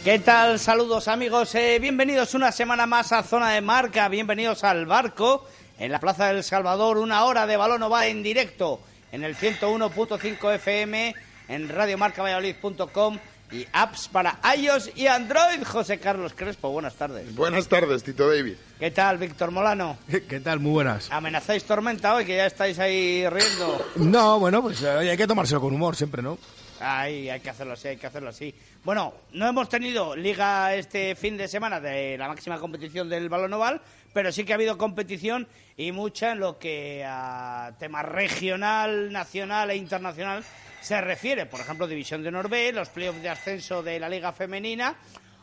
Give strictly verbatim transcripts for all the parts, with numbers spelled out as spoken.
¿Qué tal? Saludos amigos, eh, bienvenidos una semana más a Zona de Marca, bienvenidos al Barco, en la Plaza del Salvador, una hora de balón oval en directo, en el ciento uno punto cinco F M, en radio marca valladolid punto com y apps para iOS y Android. José Carlos Crespo, buenas tardes. Buenas tardes, Tito David. ¿Qué tal, Víctor Molano? ¿Qué tal? Muy buenas. ¿Amenazáis tormenta hoy, que ya estáis ahí riendo? No, bueno, pues eh, hay que tomárselo con humor siempre, ¿no? Ay, hay que hacerlo así, hay que hacerlo así. Bueno, no hemos tenido liga este fin de semana de la máxima competición del balón oval, pero sí que ha habido competición y mucha en lo que a tema regional, nacional e internacional se refiere. Por ejemplo, División de Honor B, los playoffs de ascenso de la Liga Femenina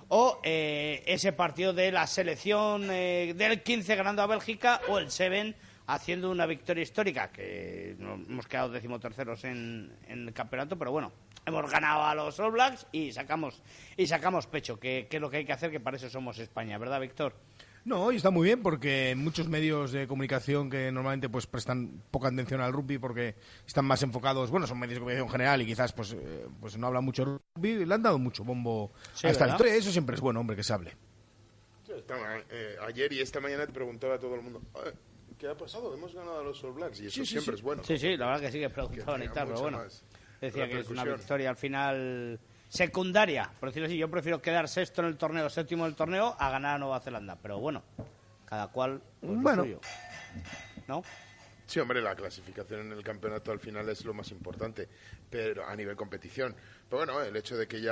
o eh, ese partido de la selección eh, del quince ganando a Bélgica o el Seven haciendo una victoria histórica, que nos hemos quedado decimoterceros en, en el campeonato, pero bueno, hemos ganado a los All Blacks y sacamos y sacamos pecho, que, que es lo que hay que hacer, que para eso somos España, ¿verdad, Víctor? No, y está muy bien porque muchos medios de comunicación que normalmente pues prestan poca atención al rugby porque están más enfocados, bueno, son medios de comunicación general y quizás pues, eh, pues no hablan mucho de rugby, le han dado mucho bombo sí, a esta ¿verdad? victoria. Eso siempre es bueno, hombre, que se hable. Esta, eh, ayer y esta mañana te preguntaba a todo el mundo, ¿qué ha pasado? Hemos ganado a los All Blacks y eso Sí, sí, siempre sí. es bueno. Sí, sí, la verdad que sí que preguntaban y tal, pero bueno, decía que es una victoria al final secundaria, por decirlo así. Yo prefiero quedar sexto en el torneo, séptimo en el torneo, a ganar a Nueva Zelanda, pero bueno, cada cual pues, lo Bueno. suyo, ¿no? Sí, hombre, la clasificación en el campeonato al final es lo más importante, pero a nivel competición. Pero bueno, el hecho de que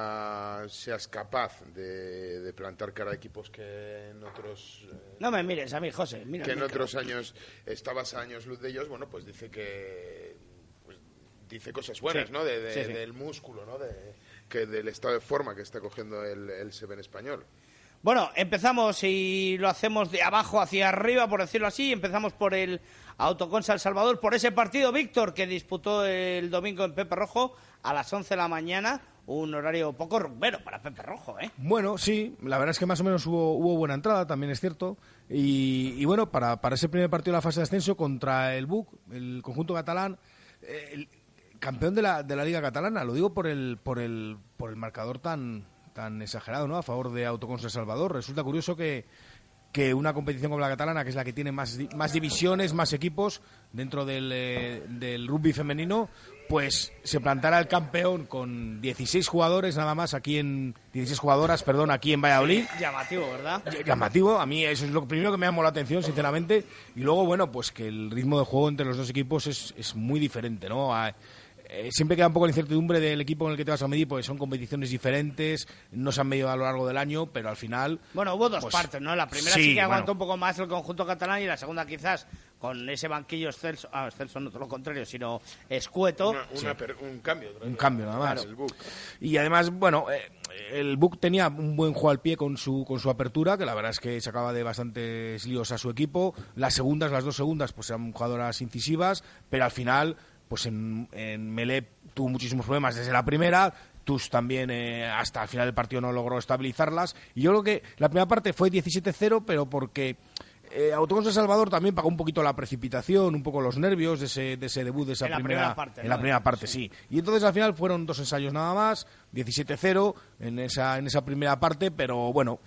ya seas capaz de, de plantar cara a equipos que en otros... Eh, No me mires a mí, José, mira que el en micro. otros años estabas a años luz de ellos, bueno, pues dice que... Pues dice cosas buenas, Sí, ¿no? De, de- sí, sí. Del músculo, ¿no? De, que del estado de forma que está cogiendo el, el Seven español. Bueno, empezamos y lo hacemos de abajo hacia arriba, por decirlo así. Empezamos por el Autoconsa El Salvador, por ese partido, Víctor, que disputó el domingo en Pepe Rojo a las once de la mañana. Un horario poco rumbero para Pepe Rojo, ¿eh? Bueno, sí, la verdad es que más o menos hubo, hubo buena entrada, también es cierto. Y, y bueno, para, para ese primer partido de la fase de ascenso contra el B U C, el conjunto catalán, eh, el campeón de la, de la Liga Catalana, lo digo por el, por el, por el marcador tan, tan exagerado, ¿no? A favor de Autoconsa El Salvador. Resulta curioso que, que una competición como la catalana, que es la que tiene más, di- más divisiones, más equipos dentro del, eh, del rugby femenino, pues se plantara el campeón con dieciséis jugadores nada más aquí en dieciséis jugadoras, perdón, aquí en Valladolid. Llamativo, ¿verdad? Ll- Llamativo, a mí eso es lo primero que me llamó la atención, sinceramente, y luego, bueno, pues que el ritmo de juego entre los dos equipos es, es muy diferente, ¿no? A- eh, siempre queda un poco la incertidumbre del equipo en el que te vas a medir, porque son competiciones diferentes, no se han medido a lo largo del año, pero al final... Bueno, hubo dos pues, partes, ¿no? La primera sí, sí, que aguantó bueno. un poco más el conjunto catalán y la segunda quizás con ese banquillo excelso, ah, excelso no todo lo contrario, sino escueto. Una- una per- un cambio. Un cambio, nada más. Claro, el B U C. Y además, bueno, eh, el B U C tenía un buen juego al pie con su con su apertura, que la verdad es que sacaba de bastantes líos a su equipo. Las segundas, las dos segundas, pues eran jugadoras incisivas, pero al final, pues en, en Melé tuvo muchísimos problemas desde la primera. Tus también eh, hasta el final del partido no logró estabilizarlas. Y yo creo que la primera parte fue diecisiete cero, pero porque... Eh, Autoconsa El Salvador también pagó un poquito la precipitación, un poco los nervios de ese, de ese debut, de esa En la primera, primera parte, en ¿no? la primera parte, sí. Y entonces al final fueron dos ensayos nada más, diecisiete cero en esa, en esa primera parte, pero bueno,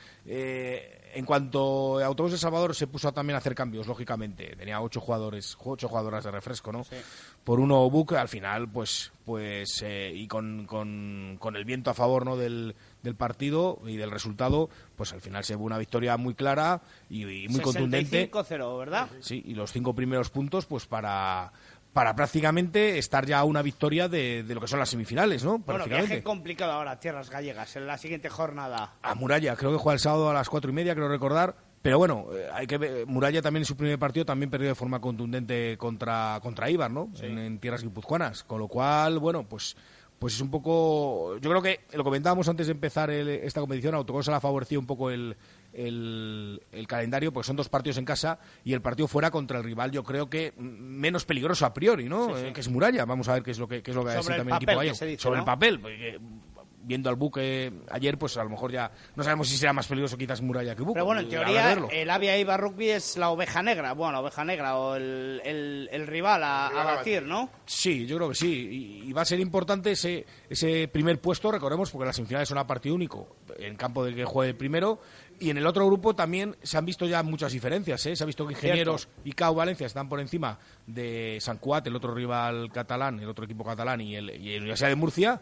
eh, en cuanto a Autoconsa El Salvador se puso a también a hacer cambios, lógicamente. Tenía ocho jugadores, ocho jugadoras de refresco, ¿no? Sí. Por uno B U C, al final, pues, pues eh, y con, con, con el viento a favor, ¿no? del, del partido y del resultado, pues al final se ve una victoria muy clara y, y muy contundente. sesenta y cinco cero, ¿verdad? Sí, y los cinco primeros puntos, pues para, para prácticamente estar ya a una victoria de, de lo que son las semifinales, ¿no? Bueno, Prácticamente. viaje complicado ahora, tierras gallegas, en la siguiente jornada. A Muralla, creo que juega el sábado a las cuatro y media, creo recordar. Pero bueno, eh, hay que ver, Muralla también en su primer partido también perdió de forma contundente contra, contra Ibar, ¿no? Sí. En, en tierras guipuzcoanas. Con lo cual, bueno, pues pues es un poco... Yo creo que lo comentábamos antes de empezar el- esta competición, Autoconsa la favoreció un poco el, el, el calendario, pues son dos partidos en casa y el partido fuera contra el rival, yo creo que mm, menos peligroso a priori, ¿no? Sí, sí. Eh, que es Muralla. Vamos a ver qué es lo que, qué es lo que Sobre hace el también el papel, equipo que gallego. se dice, Sobre ¿no? el papel, porque viendo al buque ayer, pues a lo mejor ya no sabemos si será más peligroso quizás Muralla que Buco. Pero bueno, en teoría el Avia Eibar Rugby es la oveja negra, bueno, la oveja negra o el, el, el rival a, a batir, ¿no? Sí, yo creo que sí, y, y va a ser importante ese, ese primer puesto, recordemos, porque las semifinales son a partido único, en campo del que juegue el primero, y en el otro grupo también se han visto ya muchas diferencias, ¿eh? Se ha visto que Ingenieros Cierto. y C A U Valencia están por encima de Sant Cugat, el otro rival catalán, el otro equipo catalán, y el, y el Universidad de Murcia.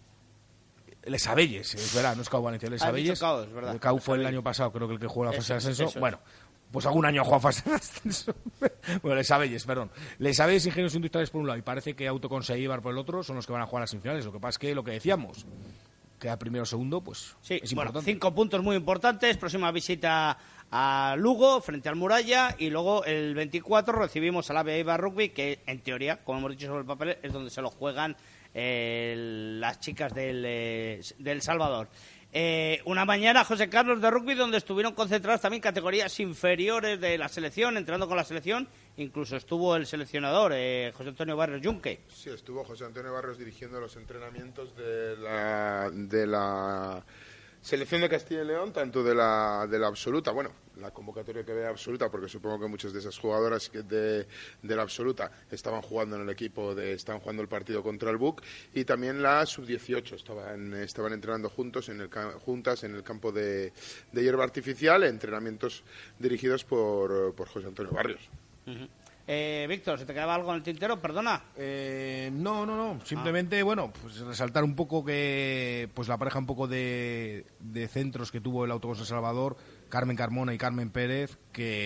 Les Abelles, es verdad, no es C A U Valencia, Les Abelles. C A U, es verdad. El C A U fue el año pasado, creo que el que jugó la fase de ascenso. Eso, bueno, pues algún año ha jugado fase de ascenso. Bueno, Les Abelles, perdón. Les Abelles, Ingenieros Industriales por un lado, y parece que Autoconsa y Eibar por el otro son los que van a jugar las semifinales. Lo que pasa es que lo que decíamos, queda primero o segundo, pues sí, es bueno, importante. Cinco puntos muy importantes. Próxima visita a Lugo, frente al Muralla, y luego el veinticuatro recibimos al Avia Eibar Rugby, que en teoría, como hemos dicho sobre el papel, es donde se lo juegan eh, las chicas del, eh, del Salvador. Eh, una mañana, José Carlos, de rugby, donde estuvieron concentradas también categorías inferiores de la selección, entrando con la selección. Incluso estuvo el seleccionador, eh, José Antonio Barrios Junque. Sí, estuvo José Antonio Barrios dirigiendo los entrenamientos de la, de la selección de Castilla y León, tanto de la, de la absoluta, bueno, la convocatoria que vea absoluta, porque supongo que muchas de esas jugadoras que de, de la absoluta estaban jugando en el equipo, de, estaban jugando el partido contra el B U C, y también la sub dieciocho, estaban, estaban entrenando juntos en el, juntas en el campo de, de hierba artificial, entrenamientos dirigidos por, por José Antonio Barrios. Uh-huh. Eh, Víctor, ¿se te quedaba algo en el tintero? Perdona. Eh, no, no, no. Simplemente, ah. bueno, pues resaltar un poco que pues la pareja un poco de, de centros que tuvo el Autobús de Salvador, Carmen Carmona y Carmen Pérez,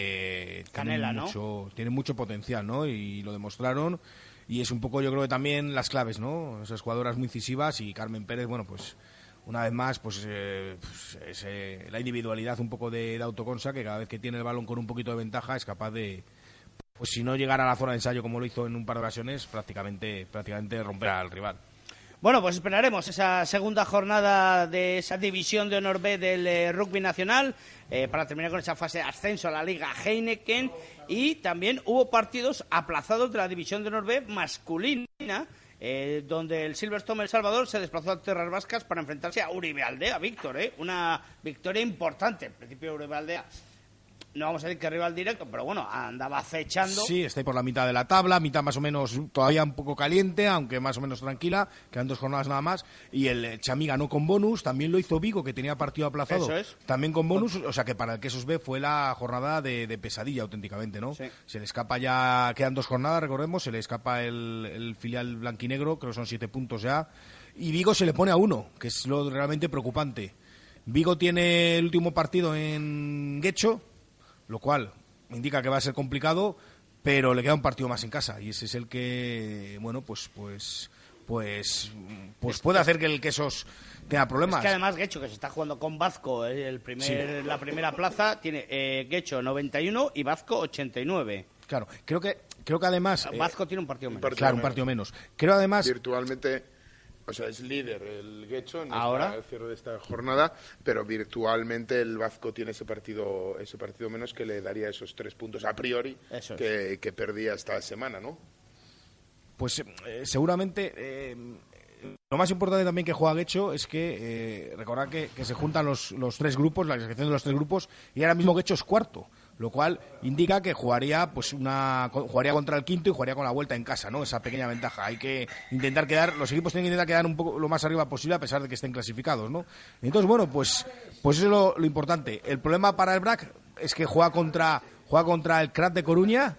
que Canela, tienen, mucho, ¿no? tienen mucho potencial, ¿no? Y lo demostraron. Y es un poco, yo creo que también las claves, ¿no? Esas jugadoras muy incisivas, y Carmen Pérez, bueno, pues una vez más, pues, eh, pues es, eh, la individualidad un poco de, de Autoconsa, que cada vez que tiene el balón con un poquito de ventaja es capaz de, pues si no llegar a la zona de ensayo como lo hizo en un par de ocasiones, prácticamente, prácticamente romper al rival. Bueno, pues esperaremos esa segunda jornada de esa división de honor B del eh, rugby nacional eh, para terminar con esa fase de ascenso a la Liga Heineken. Y también hubo partidos aplazados de la división de honor B masculina, eh, donde el Silverstone El Salvador se desplazó a tierras vascas para enfrentarse a Uribe Aldea, Víctor, ¿eh? Una victoria importante. En principio Uribe Aldea, no vamos a decir que rival directo, pero bueno, andaba acechando. Sí, está ahí por la mitad de la tabla, mitad más o menos todavía un poco caliente, aunque más o menos tranquila, quedan dos jornadas nada más, y el Chamí ganó con bonus, también lo hizo Vigo, que tenía partido aplazado, Eso es. también con bonus, o sea que para el Quesos B fue la jornada de, de pesadilla auténticamente, ¿no? Sí. Se le escapa ya, quedan dos jornadas, recordemos, se le escapa el, el filial blanquinegro, creo que son siete puntos ya, y Vigo se le pone a uno, que es lo realmente preocupante. Vigo tiene el último partido en Guecho, lo cual indica que va a ser complicado, pero le queda un partido más en casa, y ese es el que, bueno, pues pues pues pues puede hacer que el Quesos tenga problemas. Es que además Guecho, que se está jugando con Vazco, el primer, sí. la primera plaza, tiene eh, Guecho noventa y uno y Vazco ochenta y nueve. Claro, creo que creo que además... Vazco eh, tiene un partido menos. Un partido claro, menos. un partido menos. Creo además... Virtualmente... O sea, es líder el Guecho en ahora el cierre de esta jornada, pero virtualmente el Vazco tiene ese partido ese partido menos que le daría esos tres puntos a priori Eso es. que, que perdía esta semana, ¿no? Pues eh, seguramente eh, lo más importante también que juega Guecho es que eh, recordad que, que se juntan los, los tres grupos, la clasificación de los tres grupos, y ahora mismo Guecho es cuarto, lo cual indica que jugaría pues una jugaría contra el quinto y jugaría con la vuelta en casa, ¿no? Esa pequeña ventaja. Hay que intentar quedar, los equipos tienen que intentar quedar un poco lo más arriba posible a pesar de que estén clasificados, ¿no? Entonces, bueno, pues pues eso es lo, lo importante. El problema para el B R A C es que juega contra juega contra el C R A T de Coruña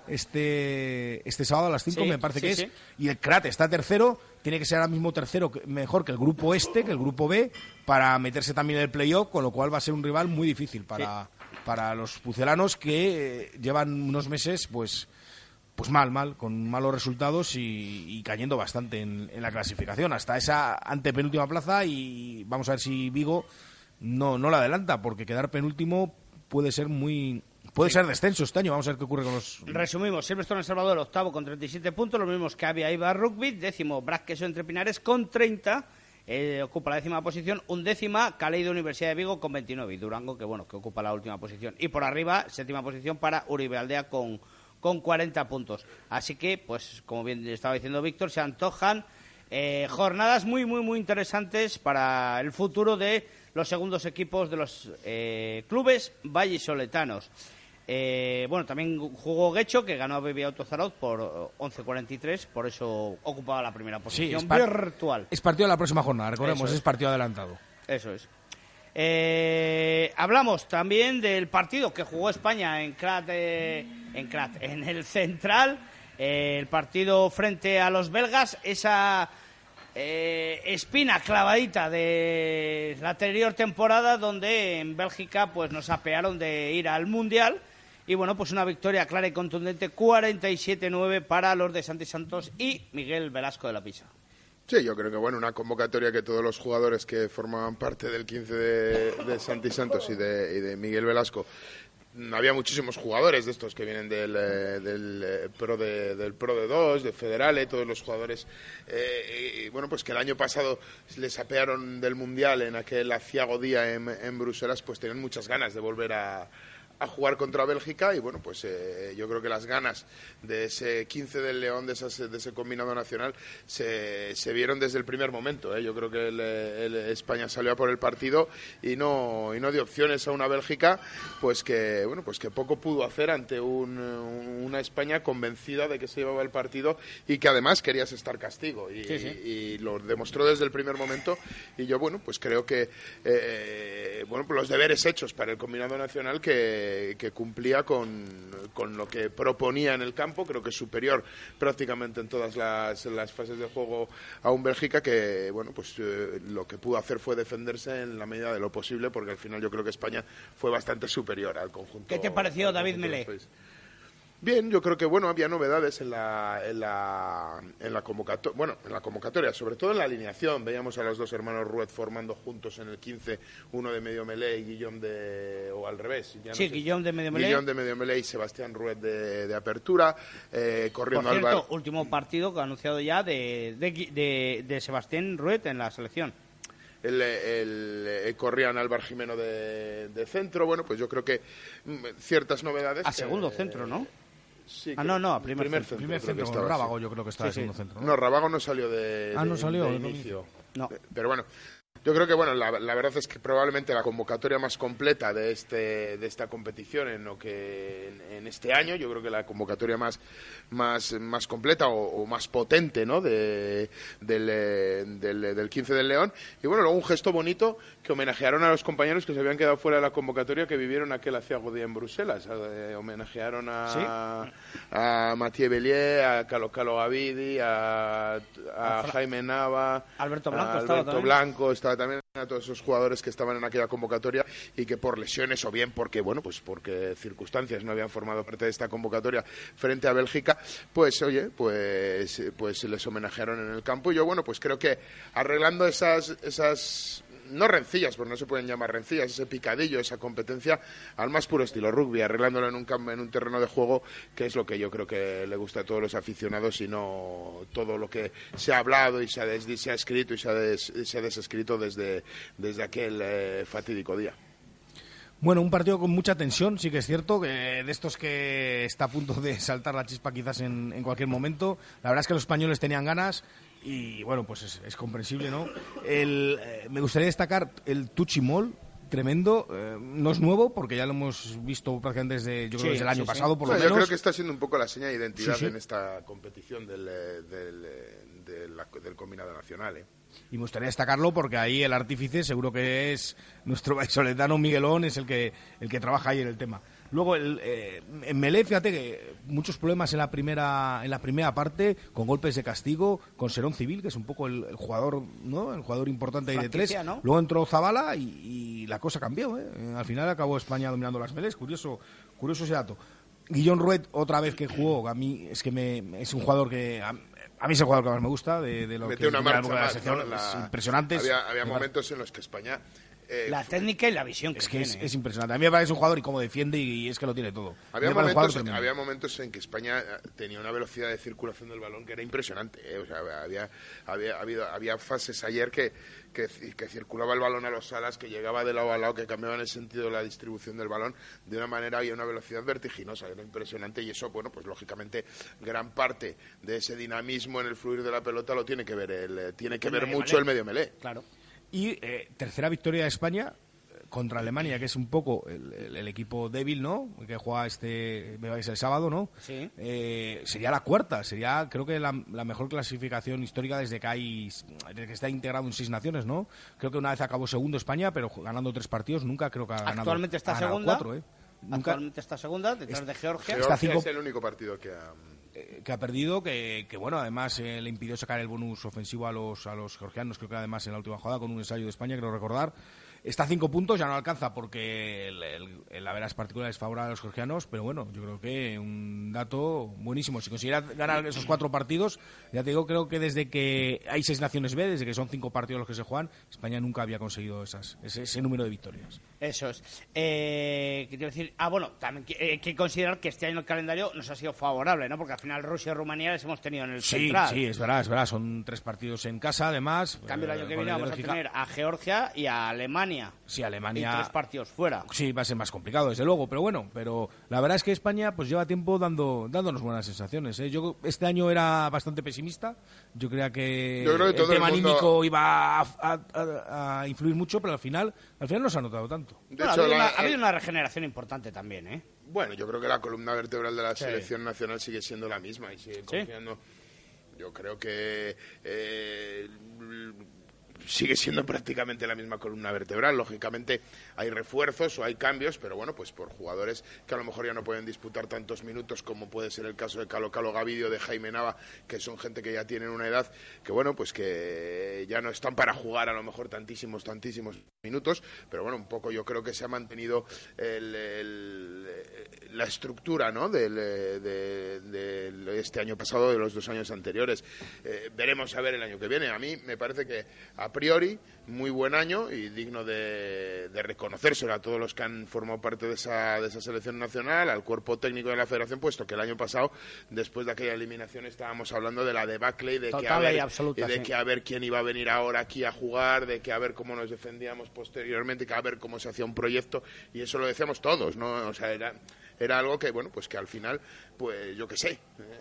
este este sábado a las cinco, sí, me parece sí, que sí. es, y el C R A T está tercero, tiene que ser ahora mismo tercero mejor que el grupo este, que el grupo B, para meterse también en el playoff, con lo cual va a ser un rival muy difícil para sí. para los pucelanos, que eh, llevan unos meses pues pues mal, mal, con malos resultados y, y cayendo bastante en, en la clasificación, hasta esa antepenúltima plaza, y vamos a ver si Vigo no, no la adelanta, porque quedar penúltimo puede ser muy... Puede sí. ser descenso este año, vamos a ver qué ocurre con los... Resumimos, Silverstone El Salvador octavo con treinta y siete puntos, los mismos que Avia Eibar Rugby, décimo B R A C Queso Entre Pinares con treinta, eh, ocupa la décima posición, undécima Caleido Universidad de Vigo con veintinueve, y Durango, que bueno, que ocupa la última posición, y por arriba, séptima posición para Uribe Aldea con, con cuarenta puntos. Así que, pues, como bien estaba diciendo Víctor, se antojan Eh, jornadas muy, muy, muy interesantes para el futuro de los segundos equipos de los eh, clubes vallisoletanos. Eh, bueno, también jugó Guecho, que ganó a B B Auto Zarauz por once cuarenta y tres, por eso ocupaba la primera posición sí, es par- virtual. Es partido de la próxima jornada, recordemos, Eso es. es partido adelantado. Eso es. Eh, hablamos también del partido que jugó España en Crat, eh, en Crat, en el Central, eh, el partido frente a los belgas, esa eh, espina clavadita de la anterior temporada, donde en Bélgica pues nos apearon de ir al Mundial. Y bueno, pues una victoria clara y contundente, cuarenta y siete nueve para los de Santi Santos y Miguel Velasco de la Pisa. Sí, yo creo que bueno, una convocatoria que todos los jugadores que formaban parte del quince de, de Santi Santos y de, y de Miguel Velasco, había muchísimos jugadores de estos que vienen del, eh, del, eh, pro de, del Pro de dos, de Federale, todos los jugadores, eh, y bueno, pues que el año pasado les apearon del Mundial en aquel aciago día en, en Bruselas, pues tenían muchas ganas de volver a a jugar contra Bélgica y bueno, pues eh, yo creo que las ganas de ese quince del León, de, esas, de ese combinado nacional, se, se vieron desde el primer momento. ¿eh? Yo creo que el, el España salió a por el partido y no, y no dio opciones a una Bélgica pues que, bueno, pues que poco pudo hacer ante un, una España convencida de que se llevaba el partido y que además quería estar castigo y, sí, sí. y, y lo demostró desde el primer momento y yo, bueno, pues creo que eh, bueno, pues los deberes hechos para el combinado nacional que que cumplía con, con lo que proponía en el campo, creo que es superior prácticamente en todas las, las fases de juego a un Bélgica que, bueno, pues eh, lo que pudo hacer fue defenderse en la medida de lo posible, porque al final yo creo que España fue bastante superior al conjunto. ¿Qué te pareció, David Melé? Bien, yo creo que bueno había novedades en la en la en la convocatoria, bueno, en la convocatoria, sobre todo en la alineación. Veíamos a los dos hermanos Ruet formando juntos en el quince, uno de medio melé y Guillaume de o al revés. Ya no sí, sé, Guillaume de medio melé. Guillaume de medio melé y Sebastián Ruet de, de apertura, eh, corriendo Por cierto, al bar. último partido que ha anunciado ya de de, de, de Sebastián Ruet en la selección. El, el, el corrían Álvaro Jimeno de, de centro. Bueno, pues yo creo que mm, ciertas novedades. A que, segundo centro, ¿no? Sí, ah, no, no, a primer, primer centro. centro. Primer creo que centro, estaba, Rábago sí. yo creo que estaba sí, sí. en segundo centro. ¿no? No, Rábago no salió de, Ah, no de- salió, de no. inicio. No. Pero bueno, yo creo que bueno, la, la verdad es que probablemente la convocatoria más completa de este de esta competición en lo que en, en este año, yo creo que la convocatoria más más más completa o, o más potente, ¿no? De, del, eh, del del quince del León y bueno, luego un gesto bonito que homenajearon a los compañeros que se habían quedado fuera de la convocatoria que vivieron aquel aciago día en Bruselas. Eh, homenajearon a ¿Sí? a Mathieu Bellier, a Calo Calo Gavidi, a, a Jaime Nava, Alberto Blanco a estaba Alberto también. Blanco, estaba también a todos esos jugadores que estaban en aquella convocatoria y que por lesiones o bien porque bueno, pues porque circunstancias no habían formado parte de esta convocatoria frente a Bélgica, pues oye, pues pues se les homenajearon en el campo y yo bueno, pues creo que arreglando esas esas no rencillas, porque no se pueden llamar rencillas, ese picadillo, esa competencia al más puro estilo rugby, arreglándolo en un campo, en un terreno de juego, que es lo que yo creo que le gusta a todos los aficionados y no todo lo que se ha hablado y se ha, des, se ha escrito y se ha, des, se ha desescrito desde, desde aquel eh, fatídico día. Bueno, un partido con mucha tensión, sí que es cierto, que de estos que está a punto de saltar la chispa quizás en, en cualquier momento. La verdad es que los españoles tenían ganas y, bueno, pues es, es comprensible, ¿no? El, eh, me gustaría destacar el Tuchimol, tremendo. Eh, no es nuevo, porque ya lo hemos visto prácticamente desde, yo creo, Sí, desde el año sí, pasado, sí. por No, lo yo menos. creo que está siendo un poco la seña de identidad Sí, sí. en esta competición del, eh, del, eh, de la- del combinado nacional, ¿eh? Y me gustaría destacarlo porque ahí el artífice seguro que es nuestro vallisoletano Miguelón, es el que el que trabaja ahí en el tema. Luego el, eh, en Melé, fíjate que muchos problemas en la primera en la primera parte, con golpes de castigo, con Serón Civil, que es un poco el, el jugador, ¿no? El jugador importante ahí de tres. Franquicia, ¿no? Luego entró Zabala y, y la cosa cambió, ¿eh? Al final acabó España dominando las Melés. Curioso, curioso ese dato. Guillaume Ruet, otra vez que jugó, a mí es que me, es un jugador que a, a mí es el jugador que más me gusta de, de lo Mete que una es la marcha más, sección, ¿no? La- es impresionante. Había, había Me momentos en los que España Eh, la técnica y la visión que es que tiene. es, es impresionante. A mí me parece un jugador y cómo defiende y, y es que lo tiene todo. Había momentos, había momentos en que España tenía una velocidad de circulación del balón que era impresionante. ¿eh? O sea, había, había, habido, había fases ayer que, que, que circulaba el balón a los alas, que llegaba de lado a lado, que cambiaban el sentido de la distribución del balón de una manera y a una velocidad vertiginosa. Era impresionante y eso, bueno, pues lógicamente gran parte de ese dinamismo en el fluir de la pelota lo tiene que ver el, tiene que el ver mucho melé. el medio melé. Claro. Y eh, tercera victoria de España contra Alemania, que es un poco el, el, el equipo débil, ¿no? Que juega este, me vais el sábado, ¿no? Sí. Eh, sería la cuarta, sería creo que la, la mejor clasificación histórica desde que hay, desde que está integrado en seis naciones, ¿no? Creo que una vez acabó segundo España, pero ganando tres partidos nunca creo que ha ganado. Actualmente está ha ganado segunda. Cuatro, ¿eh? Nunca... Actualmente está segunda, detrás de Georgia. Georgia está cinco... es el único partido que ha... que ha perdido, que, que bueno, además eh, le impidió sacar el bonus ofensivo a los a los georgianos, creo que además en la última jugada con un ensayo de España, creo recordar. Está a cinco puntos, ya no alcanza porque el, el, el haberas particular es favorable a los georgianos, pero bueno, yo creo que un dato buenísimo. Si consiguiera ganar esos cuatro partidos, ya te digo, creo que desde que hay seis naciones B, desde que son cinco partidos los que se juegan, España nunca había conseguido esas, ese, ese número de victorias. Eso es. Eh, ¿Qué quiero decir? Ah, bueno, también hay que considerar que este año el calendario nos ha sido favorable, ¿no? Porque al final Rusia y Rumanía les hemos tenido en el sí, central. Sí, es verdad, es verdad. Son tres partidos en casa, además. En cambio, el año eh, que viene vamos Bélgica. a tener a Georgia y a Alemania. Sí, Alemania. Y tres partidos fuera. Sí, va a ser más complicado, desde luego, pero bueno, pero la verdad es que España pues lleva tiempo dando dándonos buenas sensaciones. ¿eh? Yo este año era bastante pesimista. Yo creía que, Yo creo que el tema el mundo... anímico iba a, a, a, a influir mucho, pero al final, al final no se ha notado tanto. De bueno, hecho, ha, habido la, una, ha habido una regeneración importante también, ¿eh? Bueno, yo creo que la columna vertebral de la sí. selección nacional sigue siendo la misma y sigue confiando. ¿Sí? Yo creo que eh, sigue siendo prácticamente la misma columna vertebral. Lógicamente hay refuerzos o hay cambios, pero bueno, pues por jugadores que a lo mejor ya no pueden disputar tantos minutos como puede ser el caso de Calo Calo Gavidio, de Jaime Nava, que son gente que ya tienen una edad que bueno, pues que ya no están para jugar a lo mejor tantísimos, tantísimos minutos, pero bueno, un poco yo creo que se ha mantenido el, el, la estructura, ¿no? Del, de, de, de este año pasado, de los dos años anteriores. Eh, veremos a ver el año que viene. A mí me parece que a priori muy buen año y digno de, de reconocérselo a todos los que han formado parte de esa, de esa selección nacional, al cuerpo técnico de la federación, puesto que el año pasado, después de aquella eliminación, estábamos hablando de la debacle y de, que a, ver, y absoluta, y de sí. que a ver quién iba a venir ahora aquí a jugar, de que a ver cómo nos defendíamos posteriormente, que a ver cómo se hacía un proyecto, y eso lo decíamos todos, ¿no? O sea, era... Era algo que, bueno, pues que al final, pues yo qué sé.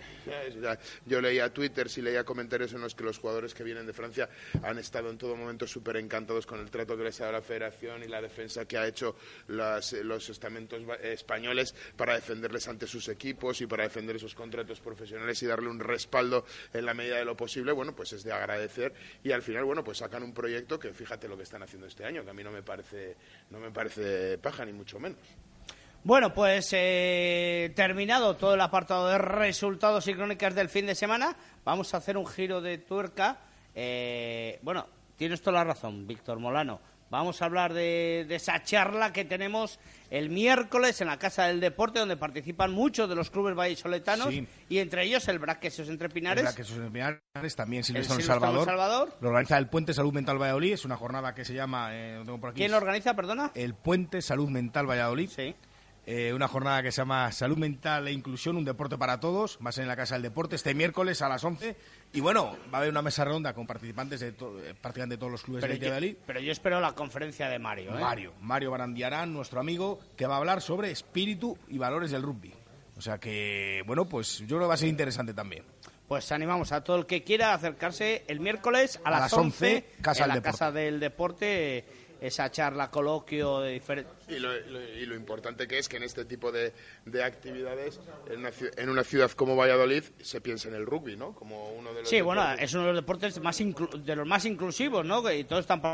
Yo leía Twitter, y leía comentarios en los que los jugadores que vienen de Francia han estado en todo momento súper encantados con el trato que les ha dado la federación y la defensa que ha hecho las, los estamentos españoles para defenderles ante sus equipos y para defender esos contratos profesionales y darle un respaldo en la medida de lo posible. Bueno, pues es de agradecer y al final, bueno, pues sacan un proyecto que fíjate lo que están haciendo este año, que a mí no me parece, no me parece paja ni mucho menos. Bueno, pues eh, terminado todo el apartado de resultados y crónicas del fin de semana, vamos a hacer un giro de tuerca. Eh, bueno, tienes toda la razón, Víctor Molano. Vamos a hablar de, de esa charla que tenemos el miércoles en la Casa del Deporte, donde participan muchos de los clubes vallisoletanos, sí. Y entre ellos el Braquesos Entre Pinares. El Braquesos Entre Pinares, también Silvestre el Salvador. Salvador. Lo organiza el Puente Salud Mental Valladolid, es una jornada que se llama... Eh, tengo por aquí, ¿Quién lo organiza, perdona? El Puente Salud Mental Valladolid. Sí. Eh, una jornada que se llama Salud Mental e Inclusión, un deporte para todos. Va a ser en la Casa del Deporte este miércoles a las once. Y bueno, va a haber una mesa redonda con participantes de, to- prácticamente de todos los clubes pero de Valladolid. Pero yo espero la conferencia de Mario. ¿eh? Mario, Mario Barandiarán, nuestro amigo, que va a hablar sobre espíritu y valores del rugby. O sea que, bueno, pues yo creo que va a ser interesante también. Pues animamos a todo el que quiera acercarse el miércoles a, a las once, casa en la Deporte. Casa del Deporte. Esa charla, coloquio de diferentes... Y lo, lo, y lo importante que es que en este tipo de, de actividades, en una, en una ciudad como Valladolid, se piensa en el rugby, ¿no? Como uno de los sí, deportes. Bueno, es uno de los deportes más inclu- de los más inclusivos, ¿no? Y todos están...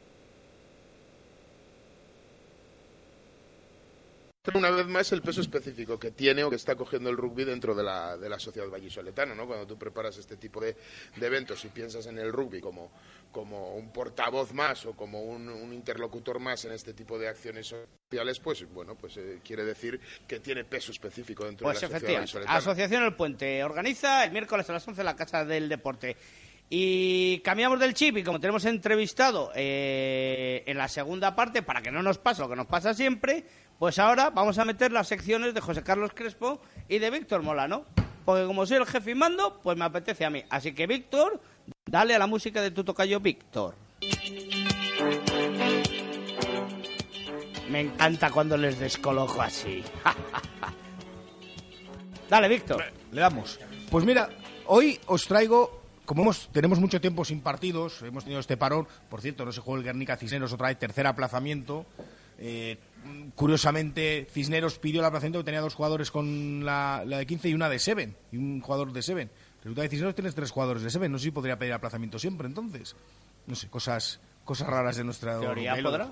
Una vez más el peso específico que tiene o que está cogiendo el rugby dentro de la, de la sociedad vallisoletana, ¿no? Cuando tú preparas este tipo de, de eventos y piensas en el rugby como, como un portavoz más o como un, un interlocutor más en este tipo de acciones sociales, pues bueno, pues eh, quiere decir que tiene peso específico dentro pues de la sociedad vallisoletana. Asociación El Puente organiza el miércoles a las once en la Casa del Deporte. Y cambiamos del chip y como tenemos entrevistado eh, en la segunda parte, para que no nos pase lo que nos pasa siempre, pues ahora vamos a meter las secciones de José Carlos Crespo y de Víctor Molano. Porque como soy el jefe y mando, pues me apetece a mí. Así que, Víctor, dale a la música de tu tocayo Víctor. Me encanta cuando les descolojo así. Dale, Víctor. Le damos. Pues mira, hoy os traigo, como hemos, tenemos mucho tiempo sin partidos, hemos tenido este parón, por cierto, no se jugó el Guernica Cisneros otra vez, tercer aplazamiento. Eh, curiosamente, Cisneros pidió el aplazamiento que tenía dos jugadores con la, la de quince y una de Seven, y un jugador de Seven. Resulta que Cisneros tienes tres jugadores de Seven, no sé si podría pedir aplazamiento siempre, entonces. No sé, cosas, cosas raras de nuestra... ¿Teoría podrá?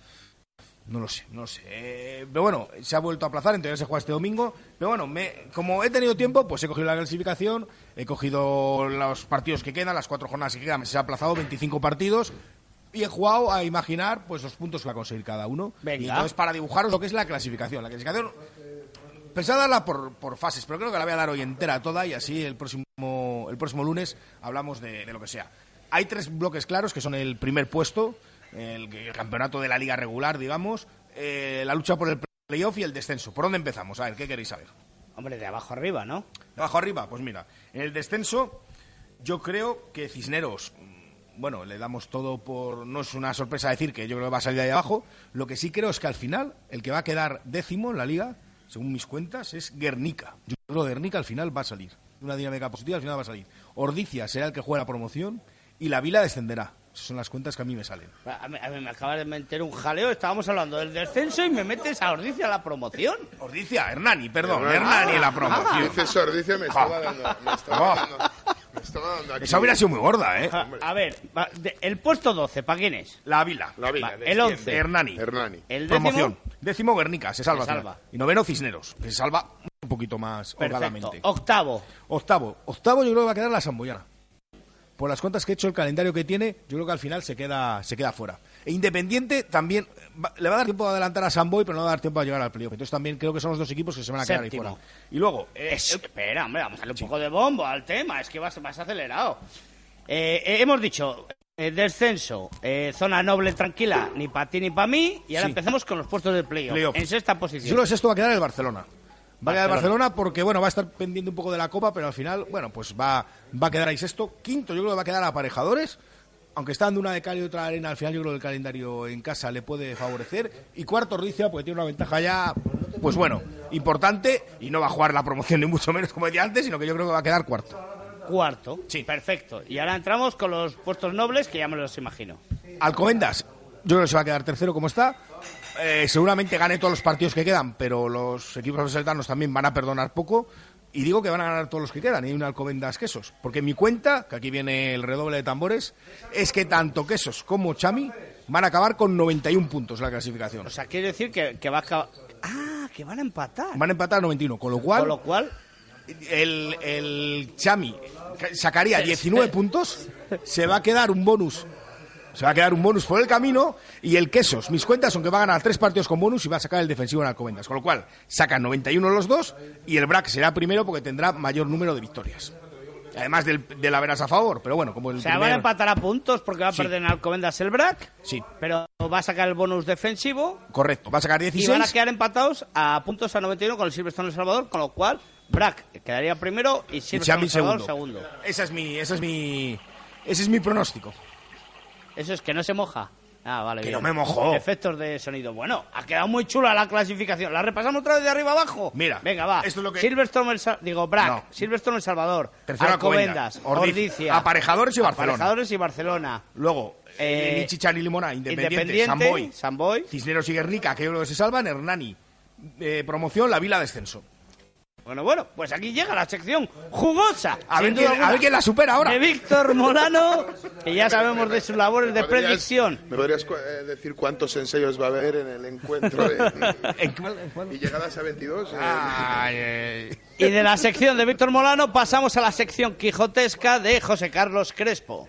No lo sé, no lo sé. Eh, pero bueno, se ha vuelto a aplazar, entonces se juega este domingo. Pero bueno, me, como he tenido tiempo, pues he cogido la clasificación, he cogido los partidos que quedan, las cuatro jornadas que quedan. Se ha aplazado veinticinco partidos y he jugado a imaginar pues los puntos que va a conseguir cada uno. Venga. Y entonces para dibujaros lo que es la clasificación. La clasificación, pensaba darla por, por fases, pero creo que la voy a dar hoy entera toda y así el próximo, el próximo lunes hablamos de, de lo que sea. Hay tres bloques claros que son el primer puesto, El, el campeonato de la liga regular, digamos, eh, la lucha por el playoff y el descenso. ¿Por dónde empezamos? A ver, ¿qué queréis saber? Hombre, de abajo arriba, ¿no? De abajo arriba, pues mira, en el descenso yo creo que Cisneros, bueno, le damos todo por... No es una sorpresa decir que yo creo que va a salir de ahí abajo. Lo que sí creo es que al final, el que va a quedar décimo en la liga, según mis cuentas, es Guernica. Yo creo que Guernica al final va a salir. Una dinámica positiva al final va a salir. Ordicia será el que juegue la promoción y la Vila descenderá. Esas son las cuentas que a mí me salen. A mí, a mí me acaba de meter un jaleo. Estábamos hablando del descenso y me metes a Ordicia a la promoción. Ordicia, Hernani, perdón. Hernani, Hernani en la Ah, promoción. dices Ordicia, me estaba dando... Me estaba dando, me estaba dando aquí. Esa hubiera sido muy gorda, ¿eh? A, a ver, va, de- el puesto doce, ¿para quién es? La Vila. La Vila, Va, el desciende. once. Hernani. Hernani. El décimo. Promoción. Décimo Guernica, se salva. Se salva. Y noveno Cisneros, que se salva un poquito más Perfecto. holgadamente. Octavo. Octavo. Octavo yo creo que va a quedar la Samboyana. Por las cuentas que he hecho, el calendario que tiene, yo creo que al final se queda se queda fuera. E Independiente también va- le va a dar tiempo de adelantar a Samboy, pero no va a dar tiempo a llegar al playoff. Entonces también creo que son los dos equipos que se van a quedar Séptimo. ahí fuera. Y luego, eh, Es- espera, hombre, vamos a darle un poco de bombo al tema. Es que vas, vas acelerado. Eh, eh, hemos dicho eh, descenso, eh, zona noble tranquila, ni para ti ni para mí. Y ahora Sí. empezamos con los puestos del playoff. Playoff. En sexta yo posición. creo que esto va a quedar el Barcelona. Va a quedar el Barcelona. Barcelona porque, bueno, va a estar pendiente un poco de la Copa, pero al final, bueno, pues va, va a quedar ahí sexto. Quinto, yo creo que va a quedar Aparejadores. Aunque está dando una de cal y otra de arena, al final yo creo que el calendario en casa le puede favorecer. Y cuarto, Ordicia, porque tiene una ventaja ya, pues bueno, importante. Y no va a jugar la promoción ni mucho menos, como decía antes, sino que yo creo que va a quedar cuarto. Cuarto. Sí. Perfecto. Y ahora entramos con los puestos nobles, que ya me los imagino. Alcobendas, yo creo que se va a quedar tercero como está. Eh, seguramente gane todos los partidos que quedan, pero los equipos celtanos también van a perdonar poco. Y digo que van a ganar todos los que quedan, y hay un Alcobendas Quesos. Porque mi cuenta, que aquí viene el redoble de tambores, es que tanto Quesos como Chami van a acabar con noventa y uno puntos en la clasificación. O sea, quiere decir que, que va a acabar... Ah, que van a empatar. Van a empatar a noventa y uno, con lo cual Con lo cual... el, el Chami sacaría diecinueve puntos, se va a quedar un bonus. Se va a quedar un bonus por el camino y el Quesos, mis cuentas son que va a ganar tres partidos con bonus y va a sacar el defensivo en Alcobendas. Con lo cual, sacan noventa y uno los dos y el Brac será primero porque tendrá mayor número de victorias. Además del, de la veras a favor, pero bueno, como el O sea, primer... van a empatar a puntos porque va a Sí. perder en Alcobendas el Brac. Sí, Pero va a sacar el bonus defensivo. correcto. Va a sacar Y dieciséis. van a quedar empatados a puntos a noventa y uno con el Silverstone El Salvador. Con lo cual, Brac quedaría primero y y Silverstone Chami El Salvador segundo. segundo. Esa es mi, esa es mi, ese es mi pronóstico. Eso es que no se moja. Ah, vale. Que bien. no me mojó. Efectos de sonido. Bueno, ha quedado muy chula la clasificación. ¿La repasamos otra vez de arriba abajo? Mira, Venga, va. esto es lo que- Silverstone, el Sa- digo, Brac, No. Silverstone El Salvador, Tercero Alcobendas, Alcobendas, Ordicia, Aparejadores y Barcelona. Aparejadores y Barcelona. Luego, Eh, eh, ni Chicha ni Limona, Independiente, Independiente, Samboy, Samboy. Cisneros y Guernica, que yo creo que se salvan, Hernani, eh, promoción, la Vila descenso. Bueno, bueno, pues aquí llega la sección jugosa. A sin ver, duda quién, alguna, a ver quién la supera ahora. de Víctor Molano, que ya sabemos de sus labores de ¿Me podrías- predicción. ¿Me podrías cu- eh, decir cuántos ensayos va a haber en el encuentro? de- ¿En cuál- en cuál? y llegadas a veintidós. eh, Ay, ay. Y de la sección de Víctor Molano pasamos a la sección quijotesca de José Carlos Crespo.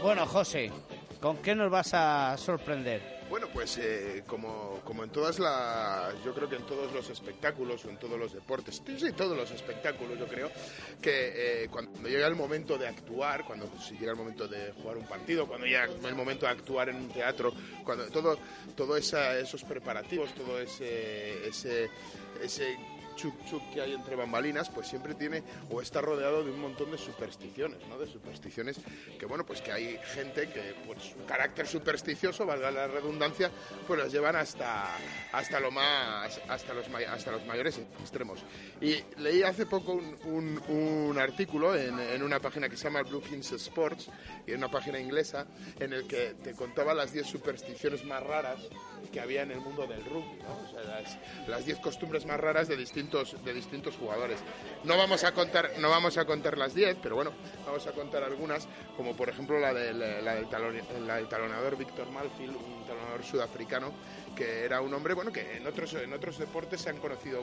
Bueno, José, ¿con qué nos vas a sorprender? Bueno, pues eh, como, como en todas las, yo creo que en todos los espectáculos o en todos los deportes, sí, todos los espectáculos yo creo, que eh, cuando llega el momento de actuar, cuando si llega el momento de jugar un partido, cuando llega el momento de actuar en un teatro, cuando todo, todo esa, esos preparativos, todo ese, ese, ese chup chup que hay entre bambalinas, pues siempre tiene o está rodeado de un montón de supersticiones, ¿no? De supersticiones que, bueno, pues que hay gente que, pues, un carácter supersticioso, valga la redundancia, pues las llevan hasta hasta lo más hasta los hasta los mayores extremos. Y leí hace poco un, un, un artículo en, en una página que se llama Bluefins Sports, y en una página inglesa, en el que te contaba las diez supersticiones más raras que había en el mundo del rugby, ¿no? O sea, las, las diez costumbres más raras de distintos de distintos jugadores. No vamos a contar no vamos a contar las diez, pero bueno, vamos a contar algunas, como por ejemplo la del, la del, talon, la del talonador Victor Malfield, un talonador sudafricano, que era un hombre, bueno, que en otros, en otros deportes se han conocido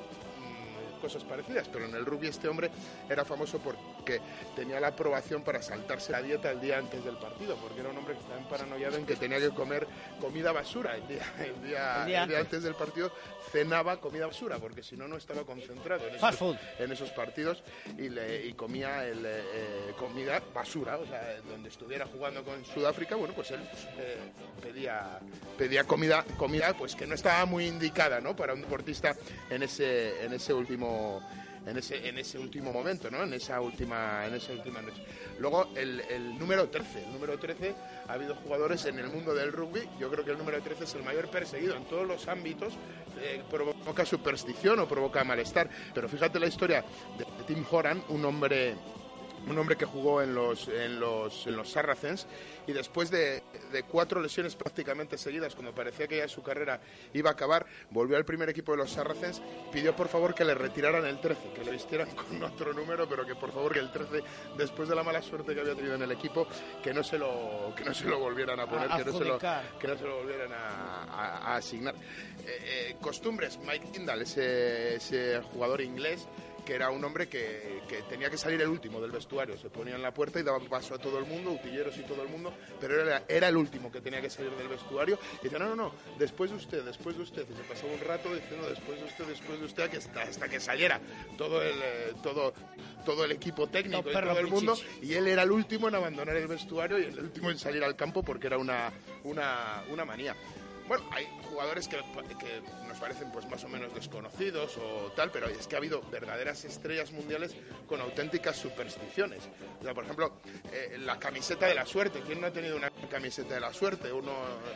cosas parecidas, pero en el rugby este hombre era famoso porque tenía la aprobación para saltarse la dieta el día antes del partido, porque era un hombre que estaba paranoiado en que tenía que comer comida basura el día, el día, el día, el día antes del partido, cenaba comida basura, porque si no, no estaba concentrado en esos, en esos partidos y, le, y comía el, eh, comida basura, o sea, donde estuviera jugando con Sudáfrica, bueno, pues él eh, pedía, pedía comida, comida pues que no estaba muy indicada, ¿no?, para un deportista en ese, en ese último en ese en ese último momento, ¿no? En esa última en esa última noche. Luego el, el número trece, el número trece, ha habido jugadores en el mundo del rugby, yo creo que el número trece es el mayor perseguido en todos los ámbitos, eh, provoca superstición o provoca malestar, pero fíjate la historia de Tim Horan, un hombre un hombre que jugó en los en los en los Saracens, y después de, de cuatro lesiones prácticamente seguidas, cuando parecía que ya su carrera iba a acabar, volvió al primer equipo de los Saracens, pidió por favor que le retiraran el trece, que le vistieran con otro número, pero que por favor que el trece, después de la mala suerte que había tenido en el equipo, que no se lo que no se lo volvieran a poner, a, que, no se lo, que no se lo volvieran a, a, a asignar. Eh, eh, costumbres, Mike Tindall, ese, ese jugador inglés, que era un hombre que, que tenía que salir el último del vestuario, se ponía en la puerta y daba paso a todo el mundo, utilleros y todo el mundo, pero era, era el último que tenía que salir del vestuario, y decía, no, no, no, después de usted, después de usted, y se pasaba un rato diciendo después de usted, después de usted, hasta, hasta que saliera todo el, todo, todo el equipo técnico y todo el mundo, y él era el último en abandonar el vestuario y el último en salir al campo, porque era una, una, una manía. Bueno, hay jugadores que, que nos parecen pues más o menos desconocidos o tal, pero es que ha habido verdaderas estrellas mundiales con auténticas supersticiones. O sea, por ejemplo, eh, la camiseta de la suerte. ¿Quién no ha tenido una camiseta de la suerte? Uno,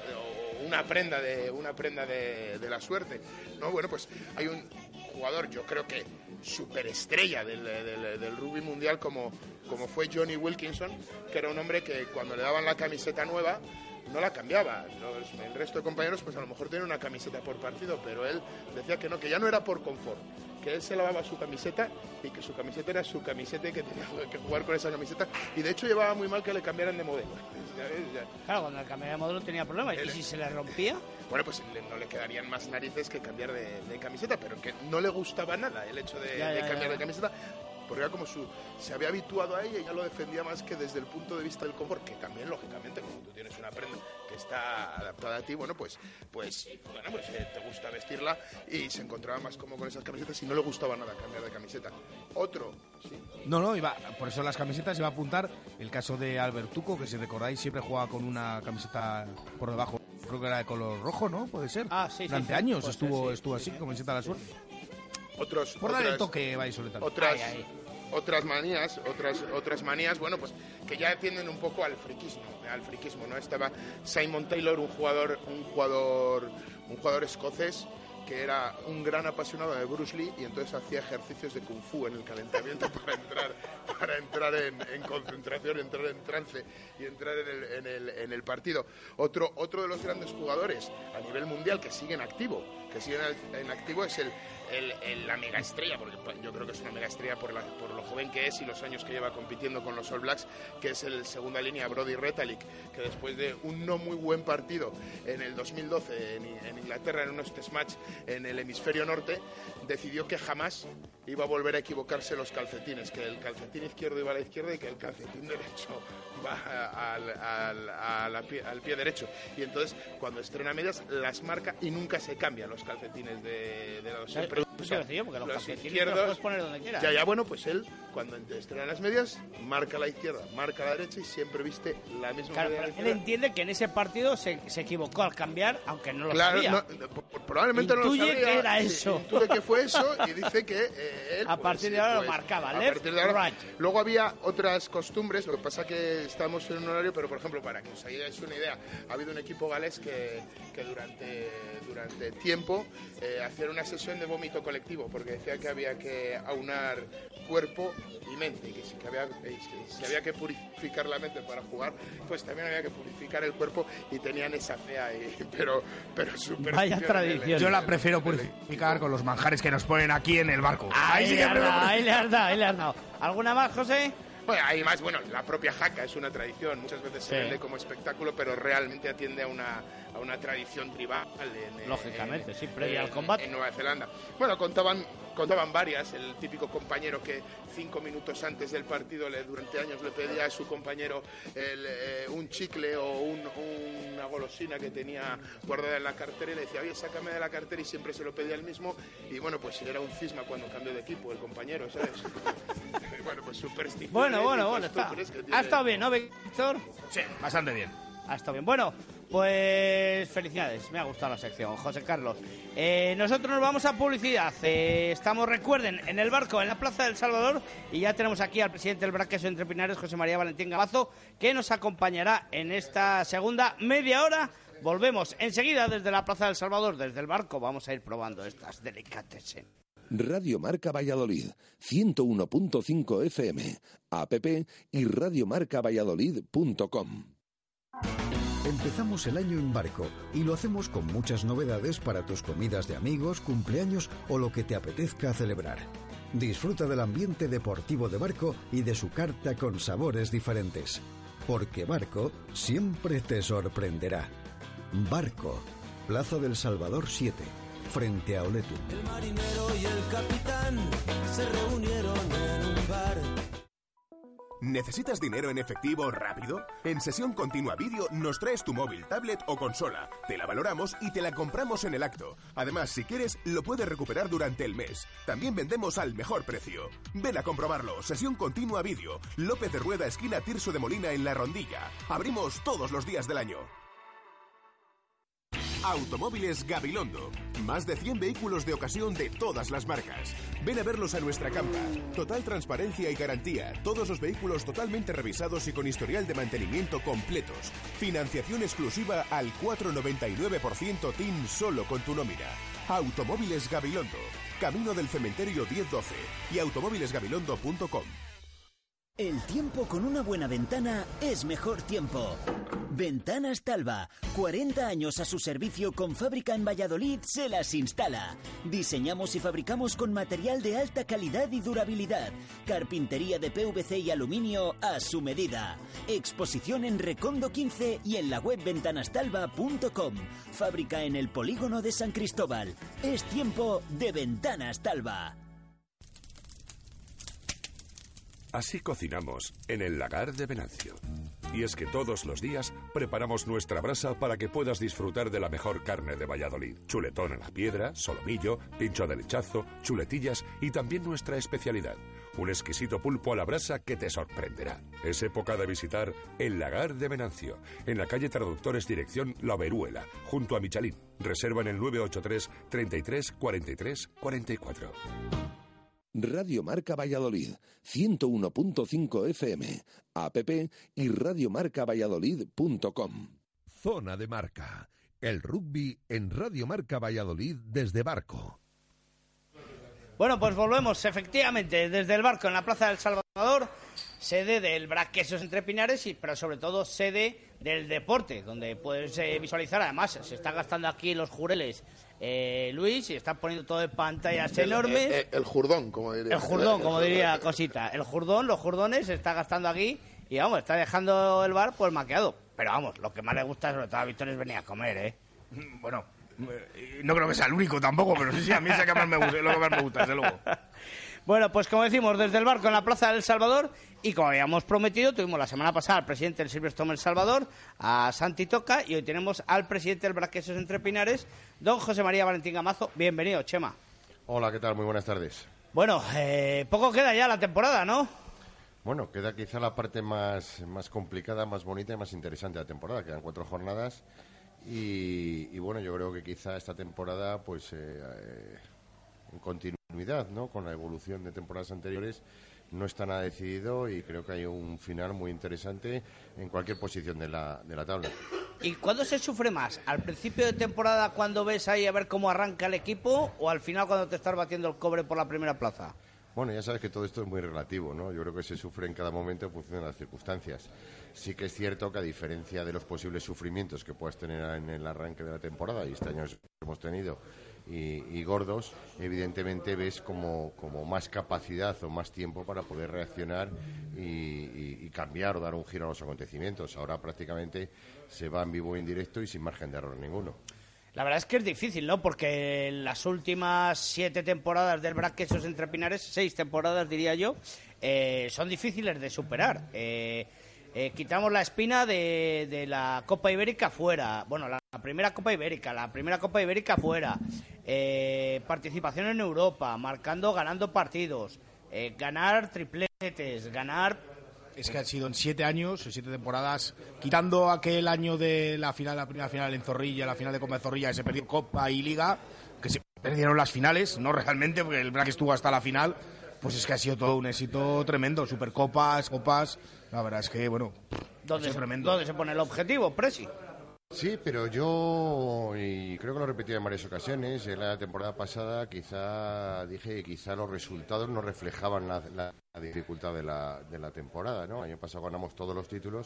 o una prenda de una prenda de, de la suerte. No, bueno, pues hay un jugador, yo creo que superestrella del, del, del rugby mundial, como, como fue Johnny Wilkinson, que era un hombre que cuando le daban la camiseta nueva no la cambiaba. Los, el resto de compañeros pues a lo mejor tienen una camiseta por partido, pero él decía que no, que ya no era por confort, que él se lavaba su camiseta y que su camiseta era su camiseta y que tenía que jugar con esa camiseta, y de hecho llevaba muy mal que le cambiaran de modelo. Claro, cuando le cambiara de modelo tenía problemas. ¿Y si se le rompía? Bueno, pues no le quedarían más narices que cambiar de, de camiseta, pero que no le gustaba nada el hecho de, ya, ya, de cambiar ya. de camiseta, porque era como su, se había habituado a ella y ya lo defendía más que desde el punto de vista del confort, que también, lógicamente, como tú tienes una prenda que está adaptada a ti, bueno, pues, pues, bueno, pues eh, te gusta vestirla, y se encontraba más cómodo con esas camisetas y no le gustaba nada cambiar de camiseta. Otro, ¿sí? No, no, iba, por eso las camisetas iba a apuntar el caso de Albertuco, que si recordáis siempre jugaba con una camiseta por debajo, creo que era de color rojo, ¿no? Puede ser. Ah, sí, Durante sí, años pues estuvo, sí, estuvo sí, así, sí. camiseta de la suerte. Otros, por otras, darle el toque, vais soletario. Otras, ay, ay. otras manías, otras, otras manías, bueno, pues que ya tienden un poco al friquismo, al friquismo, ¿no? Estaba Simon Taylor, un jugador, un jugador, un jugador escocés, que era un gran apasionado de Bruce Lee, y entonces hacía ejercicios de kung fu en el calentamiento para entrar, para entrar en, en concentración, entrar en trance y entrar en el, en el, en el partido. Otro, otro de los grandes jugadores a nivel mundial que sigue en activo, que sigue en, en activo es el, el, el, la mega estrella, porque yo creo que es una mega estrella por, la, por lo joven que es y los años que lleva compitiendo con los All Blacks, que es el segunda línea Brodie Retallick, que después de un no muy buen partido en el dos mil doce en, en Inglaterra, en unos test match en el hemisferio norte, decidió que jamás iba a volver a equivocarse los calcetines, que el calcetín izquierdo iba a la izquierda y que el calcetín derecho va al, al, al, al, pie, al pie derecho. Y entonces, cuando estrena medias, las marca y nunca se cambian los calcetines de, de los siempre. O sea, decir, porque los, los izquierdos los puedes poner donde quieras. Ya, ya, bueno, pues él, cuando estrena las medias, marca la izquierda, marca la derecha y siempre viste la misma claro, media. Pero él entiende que en ese partido se, se equivocó al cambiar, aunque no lo claro, sabía. No, probablemente intuye no lo sabía. Que era eso. Intuye que fue eso y dice que eh, él, a pues, partir de ahora pues, lo marcaba, a left, partir de ahora, right. Luego había otras costumbres, lo que pasa que estamos en un horario, pero por ejemplo, para que os hagáis una idea, ha habido un equipo galés que, que durante, durante tiempo eh, hacía una sesión de vómito colectivo, porque decía que había que aunar cuerpo y mente, y que si, que había, si, si había que purificar la mente para jugar, pues también había que purificar el cuerpo, y tenían esa fea, y, pero, pero súper... Vaya tradición. Yo la prefiero purificar con los manjares que nos ponen aquí en el barco. Ahí, ahí, sí le has dado, ahí le has dado, ahí le has dado. ¿Alguna más, José? Bueno, hay más, bueno, la propia jaca es una tradición, muchas veces se sí. vende como espectáculo, pero realmente atiende a una, a una tradición tribal. En, Lógicamente, en, sí, previa en, al combate. En Nueva Zelanda. Bueno, contaban, contaban varias, el típico compañero que cinco minutos antes del partido le, durante años le pedía a su compañero el, eh, un chicle o un, una golosina que tenía guardada en la cartera y le decía, oye, sácame de la cartera, y siempre se lo pedía el mismo, y bueno, pues era un cisma cuando cambió de equipo el compañero, ¿sabes? Bueno, pues superstición. Bueno, bueno, bueno, está. Tiene... Ha estado bien, ¿no, Víctor? Sí, bastante bien. Ha estado bien. Bueno, pues felicidades, me ha gustado la sección, José Carlos. Eh, nosotros nos vamos a publicidad. Eh, estamos, recuerden, en el barco, en la Plaza del Salvador, y ya tenemos aquí al presidente del Braqueso Entre Pinares, José María Valentín Gabazo, que nos acompañará en esta segunda media hora. Volvemos enseguida desde la Plaza del Salvador, desde el barco. Vamos a ir probando estas delicatessen. Radio Marca Valladolid, ciento uno punto cinco F M, app y radiomarca valladolid punto com. Empezamos el año en barco y lo hacemos con muchas novedades para tus comidas de amigos, cumpleaños o lo que te apetezca celebrar. Disfruta del ambiente deportivo de Barco y de su carta con sabores diferentes. Porque Barco siempre te sorprenderá. Barco, Plaza del Salvador siete. Frente a Oletum. El marinero y el capitán se reunieron en un bar. ¿Necesitas dinero en efectivo rápido? En Sesión Continua Vídeo nos traes tu móvil, tablet o consola. Te la valoramos y te la compramos en el acto. Además, si quieres, lo puedes recuperar durante el mes. También vendemos al mejor precio. Ven a comprobarlo. Sesión Continua Vídeo. López de Rueda, esquina Tirso de Molina, en La Rondilla. Abrimos todos los días del año. Automóviles Gabilondo. Más de cien vehículos de ocasión de todas las marcas. Ven a verlos a nuestra campa. Total transparencia y garantía. Todos los vehículos totalmente revisados y con historial de mantenimiento completos. Financiación exclusiva al cuatro coma noventa y nueve por ciento T I N solo con tu nómina. Automóviles Gabilondo. Camino del Cementerio diez doce y automóviles gabilondo punto com. El tiempo con una buena ventana es mejor tiempo. Ventanas Talva, cuarenta años a su servicio, con fábrica en Valladolid, se las instala. Diseñamos y fabricamos con material de alta calidad y durabilidad. Carpintería de P V C y aluminio a su medida. Exposición en Recondo quince y en la web ventanas talva punto com. Fábrica en el polígono de San Cristóbal. Es tiempo de Ventanas Talva. Así cocinamos en el Lagar de Venancio. Y es que todos los días preparamos nuestra brasa para que puedas disfrutar de la mejor carne de Valladolid. Chuletón a la piedra, solomillo, pincho de lechazo, chuletillas y también nuestra especialidad, un exquisito pulpo a la brasa que te sorprenderá. Es época de visitar el Lagar de Venancio, en la calle Traductores, dirección La Veruela, junto a Michalín. Reserva en el nueve ocho tres, treinta y tres, cuarenta y tres, cuarenta y cuatro. Radio Marca Valladolid, ciento uno punto cinco F M, app y radiomarca valladolid punto com. Zona de Marca, el rugby en Radio Marca Valladolid desde Barco. Bueno, pues volvemos efectivamente desde el barco en la Plaza del Salvador. sede del Braquesos Entre Pinares, y, pero sobre todo sede del deporte, donde puedes eh, visualizar, además, se está gastando aquí los jureles eh, Luis, y están poniendo todo en pantallas el, enormes. El, el, el jurdón, como diría. El jurdón, como diría Cosita. El jurdón, los jurdones, se está gastando aquí, y vamos, está dejando el bar pues maqueado. Pero vamos, lo que más le gusta sobre todo a Víctor es venir a comer, ¿eh? Bueno, no creo que sea el único tampoco, pero sí, sí, a mí es lo que más me gusta, lo que más me gusta, desde luego. Bueno, pues como decimos, desde el barco en la Plaza del Salvador, y como habíamos prometido, tuvimos la semana pasada al presidente del Silverstone El Salvador, a Santi Toca, y hoy tenemos al presidente del Braquesos Entre Pinares, don José María Valentín Gamazo. Bienvenido, Chema. Hola, ¿qué tal? Muy buenas tardes. Bueno, eh, poco queda ya la temporada, ¿no? Bueno, queda quizá la parte más, más complicada, más bonita y más interesante de la temporada. Quedan cuatro jornadas y, y bueno, yo creo que quizá esta temporada, pues... Eh, eh, en continuidad, ¿no?, con la evolución de temporadas anteriores, no está nada decidido y creo que hay un final muy interesante en cualquier posición de la, de la tabla. ¿Y cuándo se sufre más? ¿Al principio de temporada, cuando ves ahí a ver cómo arranca el equipo, o al final cuando te estás batiendo el cobre por la primera plaza? Bueno, ya sabes que todo esto es muy relativo, ¿no? Yo creo que se sufre en cada momento en función de las circunstancias. Sí que es cierto que, a diferencia de los posibles sufrimientos que puedas tener en el arranque de la temporada, y este año hemos tenido, y, y gordos, evidentemente ves como, como más capacidad o más tiempo para poder reaccionar y, y, y cambiar o dar un giro a los acontecimientos. Ahora prácticamente se va en vivo e en directo y sin margen de error ninguno. La verdad es que es difícil, ¿no? Porque en las últimas siete temporadas del Braquesos Entre Pinares, seis temporadas diría yo, eh, son difíciles de superar. Eh, eh, quitamos la espina de, de la Copa Ibérica fuera. Bueno, la, la primera Copa Ibérica, la primera Copa Ibérica fuera. Eh, participación en Europa, marcando, ganando partidos, eh, ganar tripletes, ganar... Es que han sido en siete años, en siete temporadas, quitando aquel año de la final, la primera final en Zorrilla, la final de Copa de Zorrilla, que se perdió Copa y Liga, que se perdieron las finales, no realmente, porque el Braque estuvo hasta la final, pues es que ha sido todo un éxito tremendo, Supercopas, Copas, la verdad es que, bueno, ¿Dónde, es se, tremendo. ¿Dónde se pone el objetivo, Presi? Sí, pero yo, y creo que lo he repetido en varias ocasiones, en la temporada pasada quizá dije que quizá los resultados no reflejaban la, la, la dificultad de la, de la temporada, ¿no? El año pasado ganamos todos los títulos,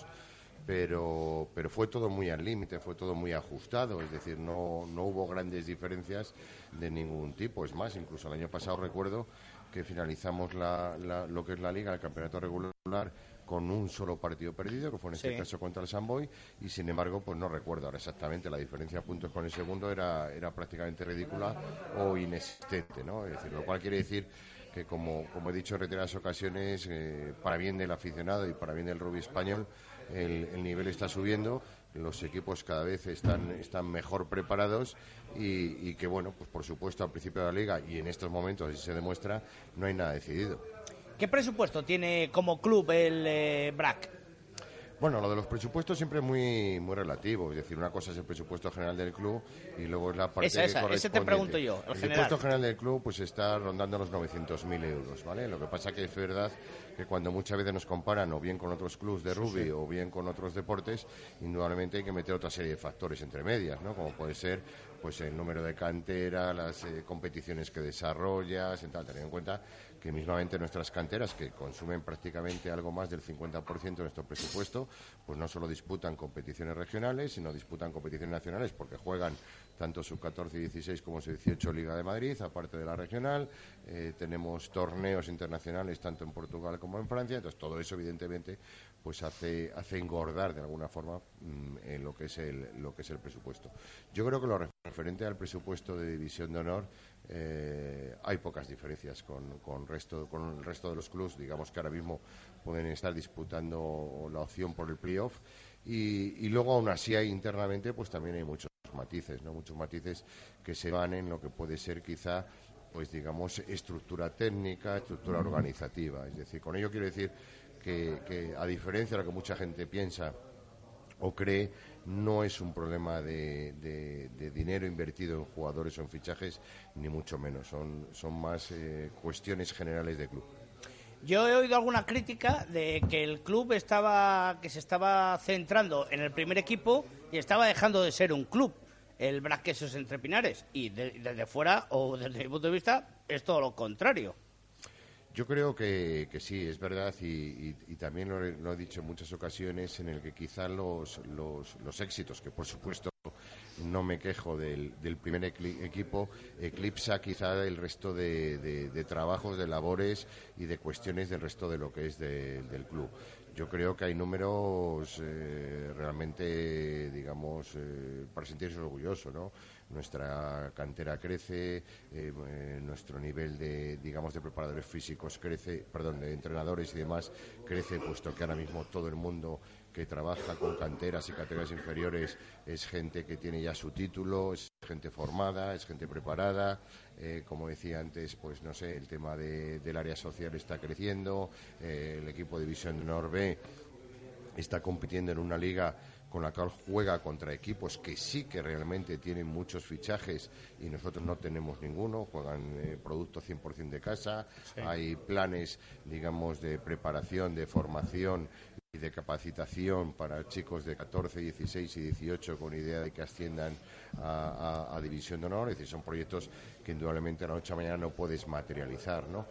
pero, pero fue todo muy al límite, fue todo muy ajustado, es decir, no, no hubo grandes diferencias de ningún tipo. Es más, incluso el año pasado recuerdo que finalizamos la, la, lo que es la Liga, el campeonato regular, con un solo partido perdido, que fue en este Sí. caso contra el Samboy, y sin embargo, pues no recuerdo ahora exactamente, la diferencia de puntos con el segundo era, era prácticamente ridícula o inexistente, ¿no? Es decir, lo cual quiere decir que, como, como he dicho en reiteradas ocasiones, eh, para bien del aficionado y para bien del rugby español, el, el nivel está subiendo, los equipos cada vez están, están mejor preparados y, y que, bueno, pues por supuesto, al principio de la Liga, y en estos momentos, así se demuestra, no hay nada decidido. ¿Qué presupuesto tiene como club el eh, Brac? Bueno, lo de los presupuestos siempre es muy muy relativo. Es decir, una cosa es el presupuesto general del club y luego es la parte Esa, esa, que ese te pregunto yo, el el general. presupuesto general del club pues está rondando los novecientos mil euros, ¿vale? Lo que pasa que es verdad que cuando muchas veces nos comparan o bien con otros clubes de rugby sí, sí. o bien con otros deportes, indudablemente hay que meter otra serie de factores entre medias, ¿no? Como puede ser pues el número de cantera, las eh, competiciones que desarrollas, y tal, tener en cuenta que mismamente nuestras canteras, que consumen prácticamente algo más del cincuenta por ciento de nuestro presupuesto, pues no solo disputan competiciones regionales, sino disputan competiciones nacionales, porque juegan tanto sub catorce y dieciséis como sub dieciocho Liga de Madrid, aparte de la regional. Eh, tenemos torneos internacionales tanto en Portugal como en Francia. Entonces todo eso evidentemente pues hace hace engordar de alguna forma mmm, en lo que es el lo que es el presupuesto. Yo creo que lo referente al presupuesto de División de Honor, eh, hay pocas diferencias con con resto con el resto de los clubes. Digamos que ahora mismo pueden estar disputando la opción por el playoff y, y luego aún así hay internamente pues también hay muchos matices, ¿no? Muchos matices que se van en lo que puede ser quizá, pues digamos, estructura técnica, estructura organizativa. Es decir, con ello quiero decir que, que a diferencia de lo que mucha gente piensa o cree, no es un problema de, de, de dinero invertido en jugadores o en fichajes, ni mucho menos. Son, son más eh, cuestiones generales de club. Yo he oído alguna crítica de que el club estaba que se estaba centrando en el primer equipo y estaba dejando de ser un club, el Braquesos Entre Pinares, y de, desde fuera o desde mi punto de vista es todo lo contrario. Yo creo que, que sí, es verdad, y, y, y también lo, lo he dicho en muchas ocasiones, en el que quizá los, los, los éxitos, que por supuesto no me quejo del, del primer equipo, eclipsa quizá el resto de, de, de trabajos, de labores y de cuestiones del resto de lo que es de, del club. Yo creo que hay números eh, realmente, digamos, eh, para sentirse orgulloso, ¿no? Nuestra cantera crece, eh, eh, nuestro nivel de, digamos, de preparadores físicos crece, perdón, de entrenadores y demás crece, puesto que ahora mismo todo el mundo que trabaja con canteras y categorías inferiores es gente que tiene ya su título, es gente formada, es gente preparada. Eh, como decía antes, pues no sé, el tema de, del área social está creciendo, eh, el equipo de División de Honor B está compitiendo en una liga con la cual juega contra equipos que sí que realmente tienen muchos fichajes y nosotros no tenemos ninguno, juegan eh, producto cien por ciento de casa, sí. Hay planes, digamos, de preparación, de formación y de capacitación para chicos de catorce, dieciséis y dieciocho con idea de que asciendan a, a, a División de Honor. Es decir, son proyectos que indudablemente a la noche a mañana no puedes materializar, ¿no?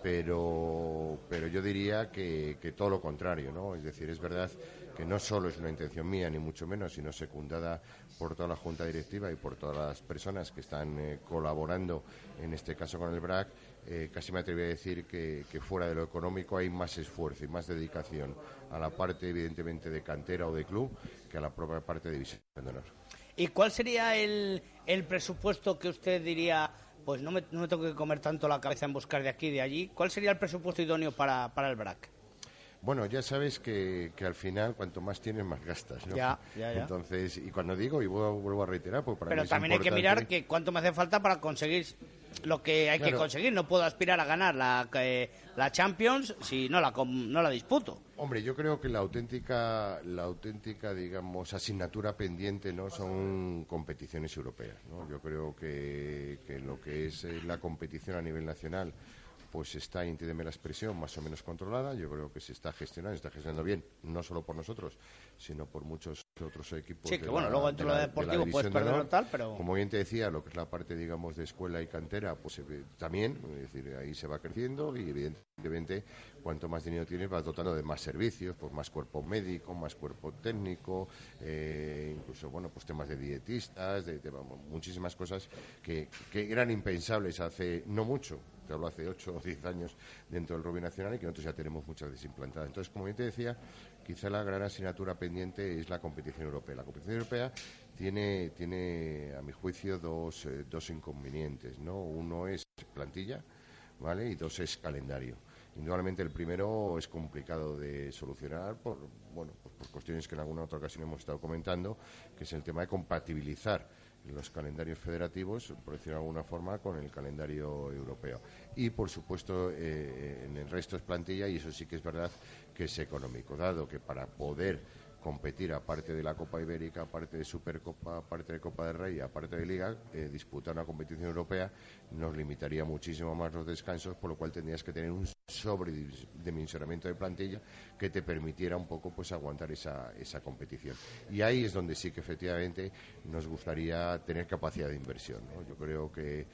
Pero, pero yo diría que, que todo lo contrario, ¿no? Es decir, es verdad que no solo es una intención mía, ni mucho menos, sino secundada por toda la Junta Directiva y por todas las personas que están eh, colaborando, en este caso con el B R A C. Eh, casi me atrevería a decir que, que fuera de lo económico hay más esfuerzo y más dedicación a la parte, evidentemente, de cantera o de club que a la propia parte de División de Honor. ¿Y cuál sería el, el presupuesto que usted diría, pues no me, no me tengo que comer tanto la cabeza en buscar de aquí y de allí? ¿Cuál sería el presupuesto idóneo para, para el B R A C? Bueno, ya sabes que, que al final cuanto más tienes más gastas, ¿no? Ya, ya, ya. Entonces, y cuando digo, y vuelvo, vuelvo a reiterar, pues para Pero mí es también importante... hay que mirar que cuánto me hace falta para conseguir lo que hay Claro. que conseguir. No puedo aspirar a ganar la, eh, la Champions si no la, no la disputo. Hombre, yo creo que la auténtica, la auténtica, digamos, asignatura pendiente, ¿no? Son competiciones europeas, ¿no? Yo creo que, que lo que es eh, la competición a nivel nacional, pues está, entiéndeme la expresión, más o menos controlada. Yo creo que se está gestionando, se está gestionando bien, no solo por nosotros, sino por muchos otros equipos. Sí, que de bueno, la, luego dentro de lo de la, deportivo de la puedes perder o tal, pero... Como bien te decía, lo que es la parte, digamos, de escuela y cantera, pues eh, también, es decir, ahí se va creciendo y evidentemente cuanto más dinero tienes vas dotando de más servicios, pues más cuerpo médico, más cuerpo técnico, eh, incluso, bueno, pues temas de dietistas, de, de vamos, muchísimas cosas que, que eran impensables hace no mucho. Te hablo hace ocho o diez años dentro del rugby nacional y que nosotros ya tenemos muchas desimplantadas. Entonces, como bien te decía, quizá la gran asignatura pendiente es la competición europea. La competición europea tiene, tiene a mi juicio, dos, eh, dos inconvenientes, ¿no? Uno es plantilla, ¿vale? Y dos es calendario. Indudablemente el primero es complicado de solucionar por, bueno, pues por cuestiones que en alguna otra ocasión hemos estado comentando, que es el tema de compatibilizar los calendarios federativos, por decirlo de alguna forma, con el calendario europeo. Y, por supuesto, eh, en el resto es plantilla, y eso sí que es verdad que es económico, dado que para poder competir, aparte de la Copa Ibérica, aparte de Supercopa, aparte de Copa del Rey, aparte de Liga, eh, disputar una competición europea nos limitaría muchísimo más los descansos, por lo cual tendrías que tener un sobredimensionamiento de plantilla que te permitiera un poco pues aguantar esa, esa competición. Y ahí es donde sí que efectivamente nos gustaría tener capacidad de inversión, ¿no? Yo creo que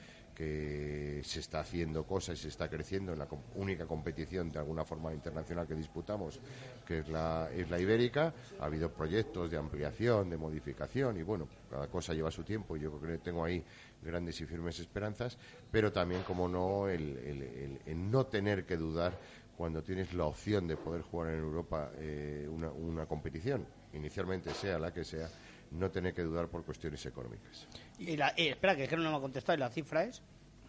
que se está haciendo cosas y se está creciendo en la com- única competición de alguna forma internacional que disputamos, que es la, es la Ibérica. Ha habido proyectos de ampliación, de modificación y bueno, cada cosa lleva su tiempo y yo creo que tengo ahí grandes y firmes esperanzas, pero también, como no, el, el, el, el no tener que dudar cuando tienes la opción de poder jugar en Europa eh, una, una competición, inicialmente sea la que sea, no tener que dudar por cuestiones económicas. Y, la, y espera, que es que no me ha contestado, ¿y la cifra es?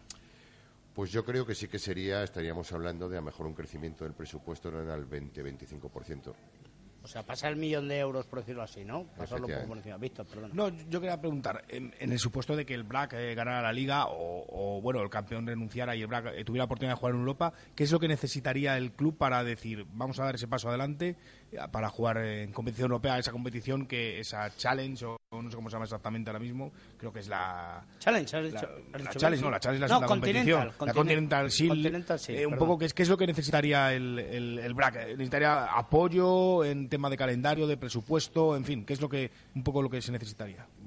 Pues yo creo que sí que sería, estaríamos hablando de a lo mejor un crecimiento del presupuesto en el veinte a veinticinco por ciento. O sea, pasa el millón de euros, por decirlo así, ¿no? Pasarlo por encima. Víctor, perdón. No, yo quería preguntar, en, en el supuesto de que el B R A C eh, ganara la Liga o, o, bueno, el campeón renunciara y el B R A C eh, tuviera la oportunidad de jugar en Europa, ¿qué es lo que necesitaría el club para decir, vamos a dar ese paso adelante eh, para jugar en competición europea, esa competición que, esa Challenge, o no sé cómo se llama exactamente ahora mismo, creo que es la... Challenge, has la, dicho, has la dicho Challenge, bien, no, la Challenge es no, la segunda Continental, competición, la Continental Shield, Continental Shield, eh, un perdón. poco, ¿qué es, qué es lo que necesitaría el, el, el B R A C? ¿Necesitaría apoyo en tema de calendario, de presupuesto, en fin, qué es lo que un poco lo que se necesitaría?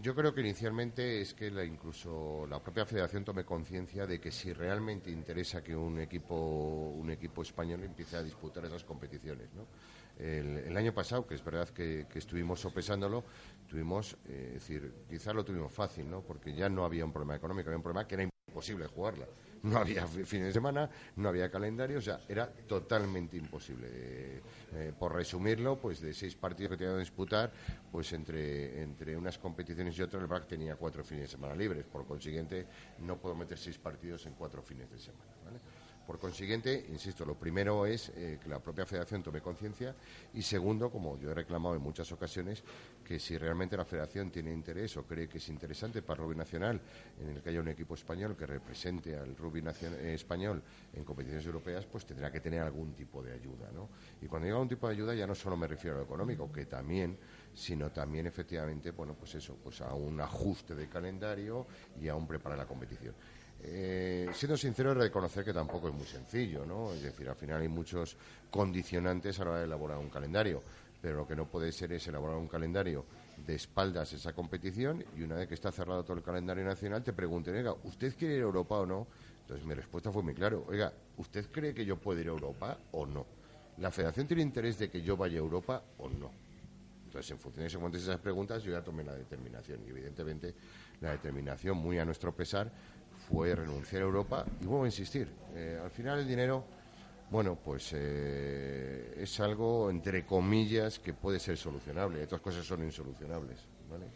yo creo que inicialmente es que la, incluso la propia Federación tome conciencia de que si realmente interesa que un equipo un equipo español empiece a disputar esas competiciones, ¿no? El, el año pasado, que es verdad que, que estuvimos sopesándolo, tuvimos, eh, es decir, quizás lo tuvimos fácil, ¿no? Porque ya no había un problema económico, había un problema que era imposible jugarla. No había fines de semana, no había calendario, o sea, era totalmente imposible. Eh, eh, por resumirlo, pues de seis partidos que tenía que disputar, pues entre, entre unas competiciones y otras, el B R A C tenía cuatro fines de semana libres. Por consiguiente, no puedo meter seis partidos en cuatro fines de semana, ¿vale? Por consiguiente, insisto, lo primero es eh, que la propia Federación tome conciencia y segundo, como yo he reclamado en muchas ocasiones, que si realmente la Federación tiene interés o cree que es interesante para el rugby nacional en el que haya un equipo español que represente al rugby nacion- eh, español en competiciones europeas, pues tendrá que tener algún tipo de ayuda, ¿no? Y cuando digo algún tipo de ayuda ya no solo me refiero a lo económico, que también, sino también efectivamente, bueno, pues eso, pues a un ajuste de calendario y a un preparar la competición. Eh, siendo sincero, reconocer que tampoco es muy sencillo, ¿no? Es decir, al final hay muchos condicionantes a la hora de elaborar un calendario, pero lo que no puede ser es elaborar un calendario de espaldas a esa competición y una vez que está cerrado todo el calendario nacional te pregunten, oiga, ¿usted quiere ir a Europa o no? Entonces mi respuesta fue muy clara, oiga, ¿usted cree que yo puedo ir a Europa o no? ¿La Federación tiene interés de que yo vaya a Europa o no? Entonces, en función de eso, de esas preguntas, yo ya tomé la determinación y evidentemente la determinación, muy a nuestro pesar, fue renunciar a Europa y vuelvo a insistir, eh, al final el dinero, bueno, pues eh, es algo, entre comillas, que puede ser solucionable, otras cosas son insolucionables, ¿vale?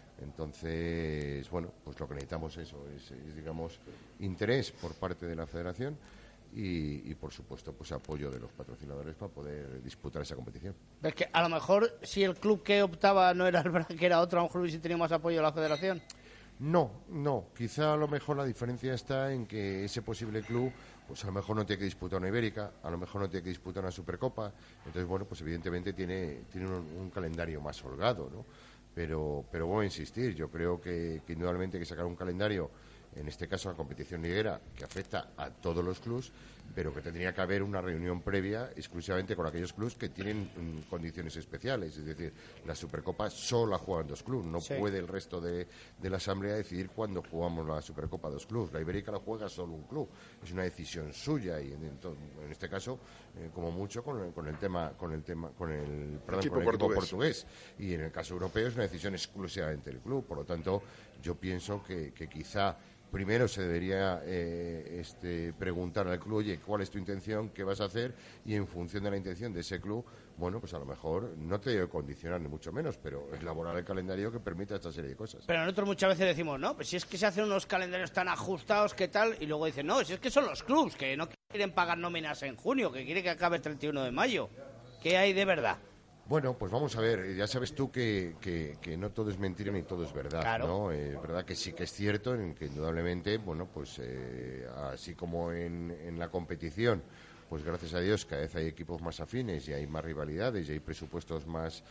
Entonces, bueno, pues lo que necesitamos eso es, es digamos, interés por parte de la Federación y, y, por supuesto, pues apoyo de los patrocinadores para poder disputar esa competición. Es que a lo mejor si el club que optaba no era el B R A C, que era otro, a lo mejor hubiese tenido más apoyo de la Federación. No, no. Quizá a lo mejor la diferencia está en que ese posible club, pues a lo mejor no tiene que disputar una Ibérica, a lo mejor no tiene que disputar una Supercopa. Entonces, bueno, pues evidentemente tiene, tiene un, un calendario más holgado, ¿no? Pero, pero voy a insistir, yo creo que, que indudablemente hay que sacar un calendario, en este caso la competición liguera, que afecta a todos los clubs, pero que tendría que haber una reunión previa exclusivamente con aquellos clubs que tienen mm, condiciones especiales. Es decir, la Supercopa solo la juegan dos clubs, no sí. puede el resto de, de la Asamblea decidir cuándo jugamos la Supercopa dos clubs. La Ibérica la juega solo un club, es una decisión suya y en, en este caso, eh, como mucho, con el, con el tema, con el tema, con el, perdón, equipo, con el portugués. equipo portugués. Y en el caso europeo es una decisión exclusivamente del club. Por lo tanto, yo pienso que, que quizá primero se debería eh, este, preguntar al club, oye, ¿cuál es tu intención? ¿Qué vas a hacer? Y en función de la intención de ese club, bueno, pues a lo mejor no te debe condicionar ni mucho menos, pero elaborar el calendario que permita esta serie de cosas. Pero nosotros muchas veces decimos, no, pues si es que se hacen unos calendarios tan ajustados, ¿qué tal? Y luego dicen, no, si es que son los clubs, que no quieren pagar nóminas en junio, que quieren que acabe el treinta y uno de mayo. ¿Qué hay de verdad? Bueno, pues vamos a ver, ya sabes tú que, que, que no todo es mentira ni todo es verdad, claro. ¿no? Es eh, verdad que sí que es cierto, en que indudablemente, bueno, pues eh, así como en, en la competición, pues gracias a Dios cada vez hay equipos más afines y hay más rivalidades y hay presupuestos más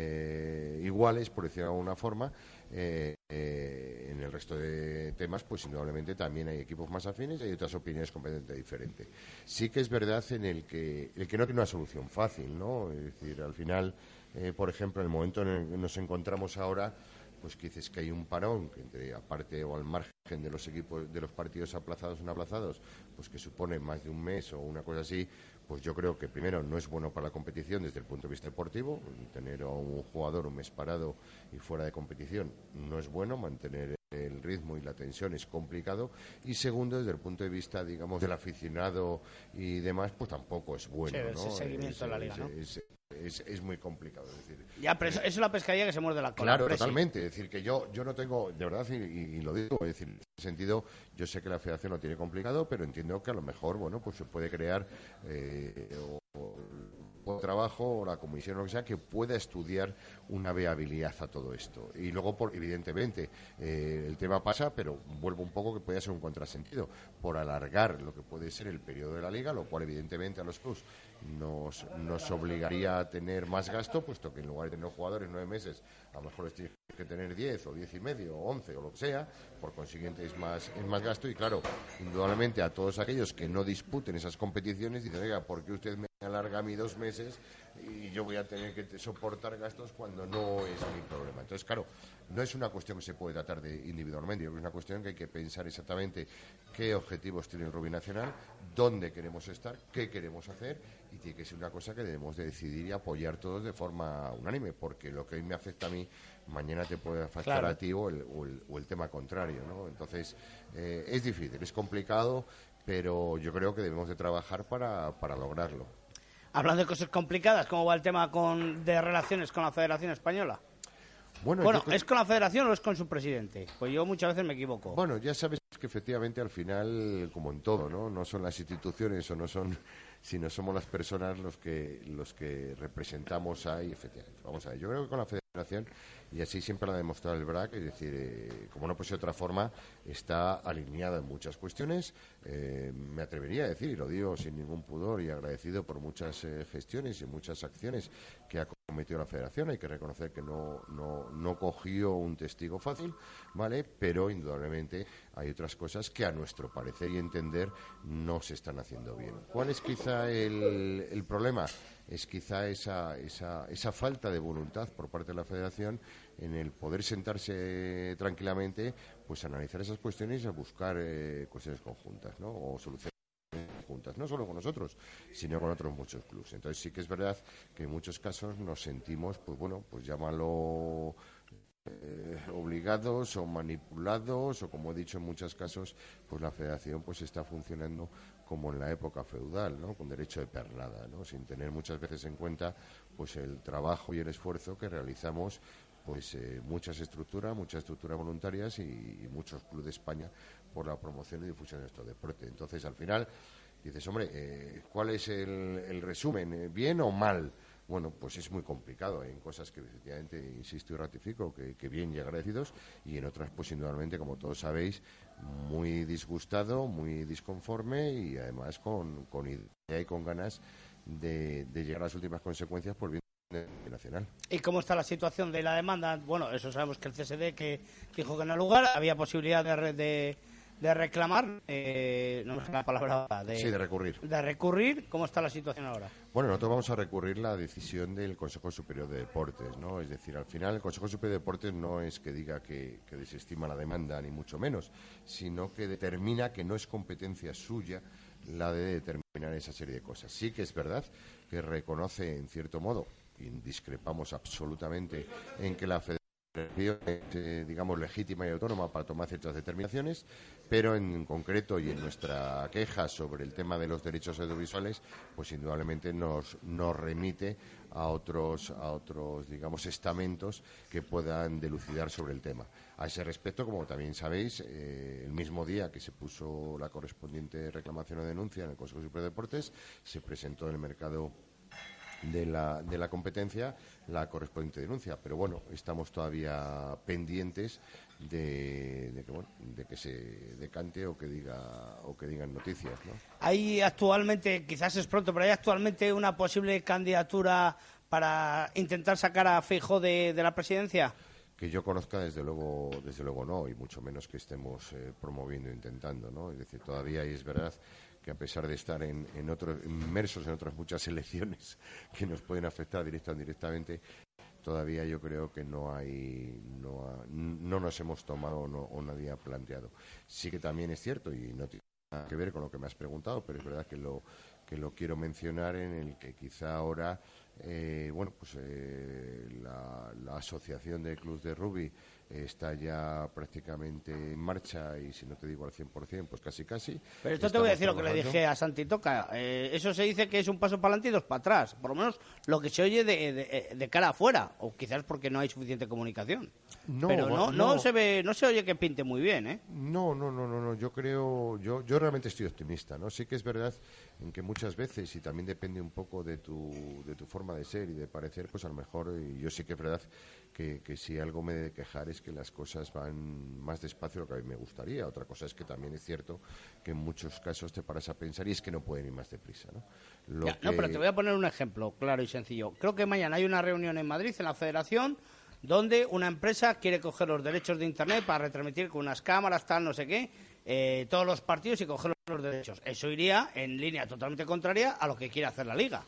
eh, iguales, por decirlo de alguna forma, eh, eh, en el resto de temas, pues indudablemente también hay equipos más afines y hay otras opiniones completamente diferentes. Sí que es verdad en el que, el que no tiene una solución fácil, ¿no? Es decir, al final, eh, por ejemplo, en el momento en el que nos encontramos ahora, pues que dices que hay un parón que entre aparte o al margen de los equipos de los partidos aplazados o no aplazados, pues que supone más de un mes o una cosa así, pues yo creo que primero no es bueno para la competición desde el punto de vista deportivo, tener a un jugador un mes parado y fuera de competición no es bueno, mantener el ritmo y la tensión es complicado, y segundo, desde el punto de vista, digamos, del aficionado y demás, pues tampoco es bueno, sí, ¿no? Ese seguimiento es, de la liga, ¿no? Es, es, Es, es muy complicado, es decir. Ya, pero eso, eso es la pescadilla que se muerde la cola. Claro, totalmente. Es decir, que yo yo no tengo, de verdad, y, y lo digo, es decir, en ese sentido, yo sé que la Federación lo tiene complicado, pero entiendo que a lo mejor, bueno, pues se puede crear eh, o, o trabajo o la comisión o lo que sea que pueda estudiar una viabilidad a todo esto. Y luego, por, evidentemente, eh, el tema pasa, pero vuelvo un poco que puede ser un contrasentido, por alargar lo que puede ser el periodo de la Liga, lo cual, evidentemente, a los clubs nos, nos obligaría a tener más gasto, puesto que en lugar de tener jugadores nueve meses, a lo mejor les tienes que tener diez o diez y medio o once o lo que sea, por consiguiente es más, es más gasto y claro, indudablemente a todos aquellos que no disputen esas competiciones dicen, oiga, ¿por qué usted me alarga a mí dos meses y yo voy a tener que soportar gastos cuando no es mi problema. Entonces, claro, no es una cuestión que se puede tratar de individualmente, es una cuestión que hay que pensar exactamente qué objetivos tiene el Rugby Nacional, dónde queremos estar, qué queremos hacer, y tiene que ser una cosa que debemos de decidir y apoyar todos de forma unánime, porque lo que hoy me afecta a mí, mañana te puede afectar claro. a ti o el, o, el, o el tema contrario, ¿no? Entonces, eh, es difícil, es complicado, pero yo creo que debemos de trabajar para, para lograrlo. Hablando de cosas complicadas, ¿cómo va el tema con, de relaciones con la Federación Española? Bueno, bueno creo... ¿es con la Federación o es con su presidente? Pues yo muchas veces me equivoco. Bueno, ya sabes que efectivamente al final, como en todo, ¿no? No son las instituciones o no son, sino somos las personas los que los que representamos ahí, efectivamente. Vamos a ver, yo creo que con la Federación, y así siempre lo ha demostrado el B R A C, es decir, eh, como no puede ser de otra forma, está alineada en muchas cuestiones. Eh, me atrevería a decir, y lo digo sin ningún pudor y agradecido por muchas eh, gestiones y muchas acciones que ha cometido la Federación. Hay que reconocer que no, no, no cogió un testigo fácil, ¿vale? Pero indudablemente hay otras cosas que a nuestro parecer y entender no se están haciendo bien. ¿Cuál es quizá el, el problema? Es quizá esa, esa, esa falta de voluntad por parte de la Federación en el poder sentarse tranquilamente, pues a analizar esas cuestiones y a buscar eh, cuestiones conjuntas, ¿no? O soluciones juntas, no solo con nosotros, sino con otros muchos clubes. Entonces sí que es verdad que en muchos casos nos sentimos, pues bueno, pues llámalo eh, obligados o manipulados, o como he dicho en muchos casos, pues la Federación pues está funcionando como en la época feudal, ¿no? Con derecho de pernada, ¿no? Sin tener muchas veces en cuenta pues el trabajo y el esfuerzo que realizamos pues eh, muchas estructuras, muchas estructuras voluntarias y, y muchos clubes de España por la promoción y difusión de nuestro deporte. Entonces, al final, dices, hombre, eh, ¿cuál es el, el resumen? ¿Bien o mal? Bueno, pues es muy complicado. Hay cosas que, efectivamente, insisto y ratifico, que, que bien y agradecidos, y en otras, pues, indudablemente, como todos sabéis, muy disgustado, muy disconforme y, además, con, con idea y con ganas de, de llegar a las últimas consecuencias por bien nacional. ¿Y cómo está la situación de la demanda? Bueno, eso sabemos que el C S D que dijo que no lugar, había posibilidad de, re, de, de reclamar, eh, no me sé la palabra, de, sí, de recurrir. De recurrir, ¿cómo está la situación ahora? Bueno, nosotros vamos a recurrir la decisión del Consejo Superior de Deportes, ¿no? Es decir, al final el Consejo Superior de Deportes no es que diga que, que desestima la demanda, ni mucho menos, sino que determina que no es competencia suya la de determinar esa serie de cosas. Sí que es verdad que reconoce, en cierto modo, y discrepamos absolutamente en que la Federación es, eh, digamos, legítima y autónoma para tomar ciertas determinaciones, pero en concreto y en nuestra queja sobre el tema de los derechos audiovisuales, pues indudablemente nos, nos remite a otros, a otros, digamos, estamentos que puedan delucidar sobre el tema. A ese respecto, como también sabéis, eh, el mismo día que se puso la correspondiente reclamación o denuncia en el Consejo Superior de Deportes, se presentó en el mercado de la, de la competencia la correspondiente denuncia, pero bueno, estamos todavía pendientes de, de que bueno, de que se decante o que diga o que digan noticias, ¿no? Hay actualmente, quizás es pronto, pero hay actualmente una posible candidatura para intentar sacar a Feijóo de, de la presidencia. Que yo conozca, desde luego, desde luego no, y mucho menos que estemos eh, promoviendo e intentando, ¿no? Es decir, todavía, y es verdad que a pesar de estar en, en otros, inmersos en otras muchas elecciones que nos pueden afectar directa o indirectamente, todavía yo creo que no hay, no, ha, no nos hemos tomado no, o nadie ha planteado. Sí que también es cierto, y no tiene nada que ver con lo que me has preguntado, pero es verdad que lo, que lo quiero mencionar, en el que quizá ahora, eh, bueno, pues eh, la, la Asociación de Clubs de Rugby está ya prácticamente en marcha, y si no te digo al cien por cien, pues casi casi. Pero esto te voy a decir lo que le dije a Santi Toca. Eh, eso se dice que es un paso para adelante y dos para atrás. Por lo menos lo que se oye de, de, de cara afuera. O quizás porque no hay suficiente comunicación. No, Pero no, no, no se ve, no se oye que pinte muy bien, ¿eh? No, no, no, no, no. Yo creo, yo, yo realmente estoy optimista, ¿no? Sí que es verdad en que muchas veces, y también depende un poco de tu, de tu forma de ser y de parecer, pues a lo mejor, y yo sí que es verdad que, que si algo me he de quejar es que las cosas van más despacio de lo que a mí me gustaría. Otra cosa es que también es cierto que en muchos casos te paras a pensar y es que no pueden ir más deprisa, ¿no? Lo ya, que... No, pero te voy a poner un ejemplo claro y sencillo. Creo que mañana hay una reunión en Madrid, en la Federación, donde una empresa quiere coger los derechos de Internet para retransmitir con unas cámaras, tal, no sé qué, eh, todos los partidos y coger los los derechos. Eso iría en línea totalmente contraria a lo que quiere hacer la Liga.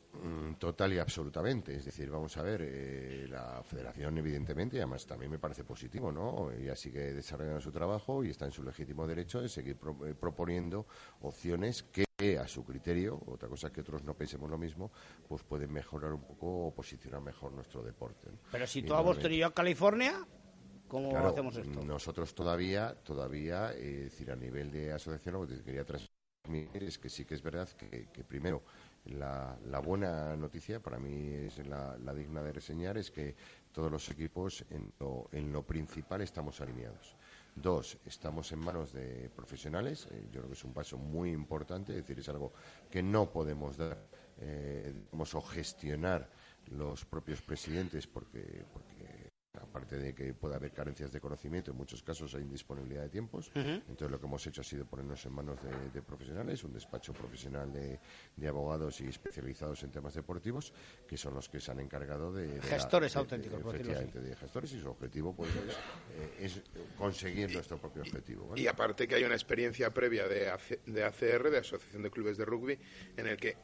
Total y absolutamente. Es decir, vamos a ver, eh, la Federación evidentemente, y además también me parece positivo, ¿no? Ella sigue desarrollando su trabajo y está en su legítimo derecho de seguir pro eh, proponiendo opciones que a su criterio, otra cosa que otros no pensemos lo mismo, pues pueden mejorar un poco o posicionar mejor nuestro deporte, ¿no? Pero si tú a Boston y yo a California, ¿cómo claro, hacemos esto? Nosotros todavía, todavía, eh, es decir, a nivel de asociación, lo que te quería transmitir es que sí que es verdad que, que primero, La, la buena noticia, para mí es la, la digna de reseñar, es que todos los equipos en lo, en lo principal estamos alineados. Dos, estamos en manos de profesionales, eh, yo creo que es un paso muy importante, es decir, es algo que no podemos dar, eh, digamos, o gestionar los propios presidentes porque, porque aparte de que pueda haber carencias de conocimiento, en muchos casos hay indisponibilidad de tiempos. Uh-huh. Entonces lo que hemos hecho ha sido ponernos en manos de, de profesionales, un despacho profesional de, de abogados y especializados en temas deportivos, que son los que se han encargado de... de gestores la, de, auténticos, de, efectivamente, de gestores, y su objetivo pues es, eh, es conseguir nuestro propio objetivo, ¿vale? Y aparte que hay una experiencia previa de, de A C R, de Asociación de Clubes de Rugby, en el que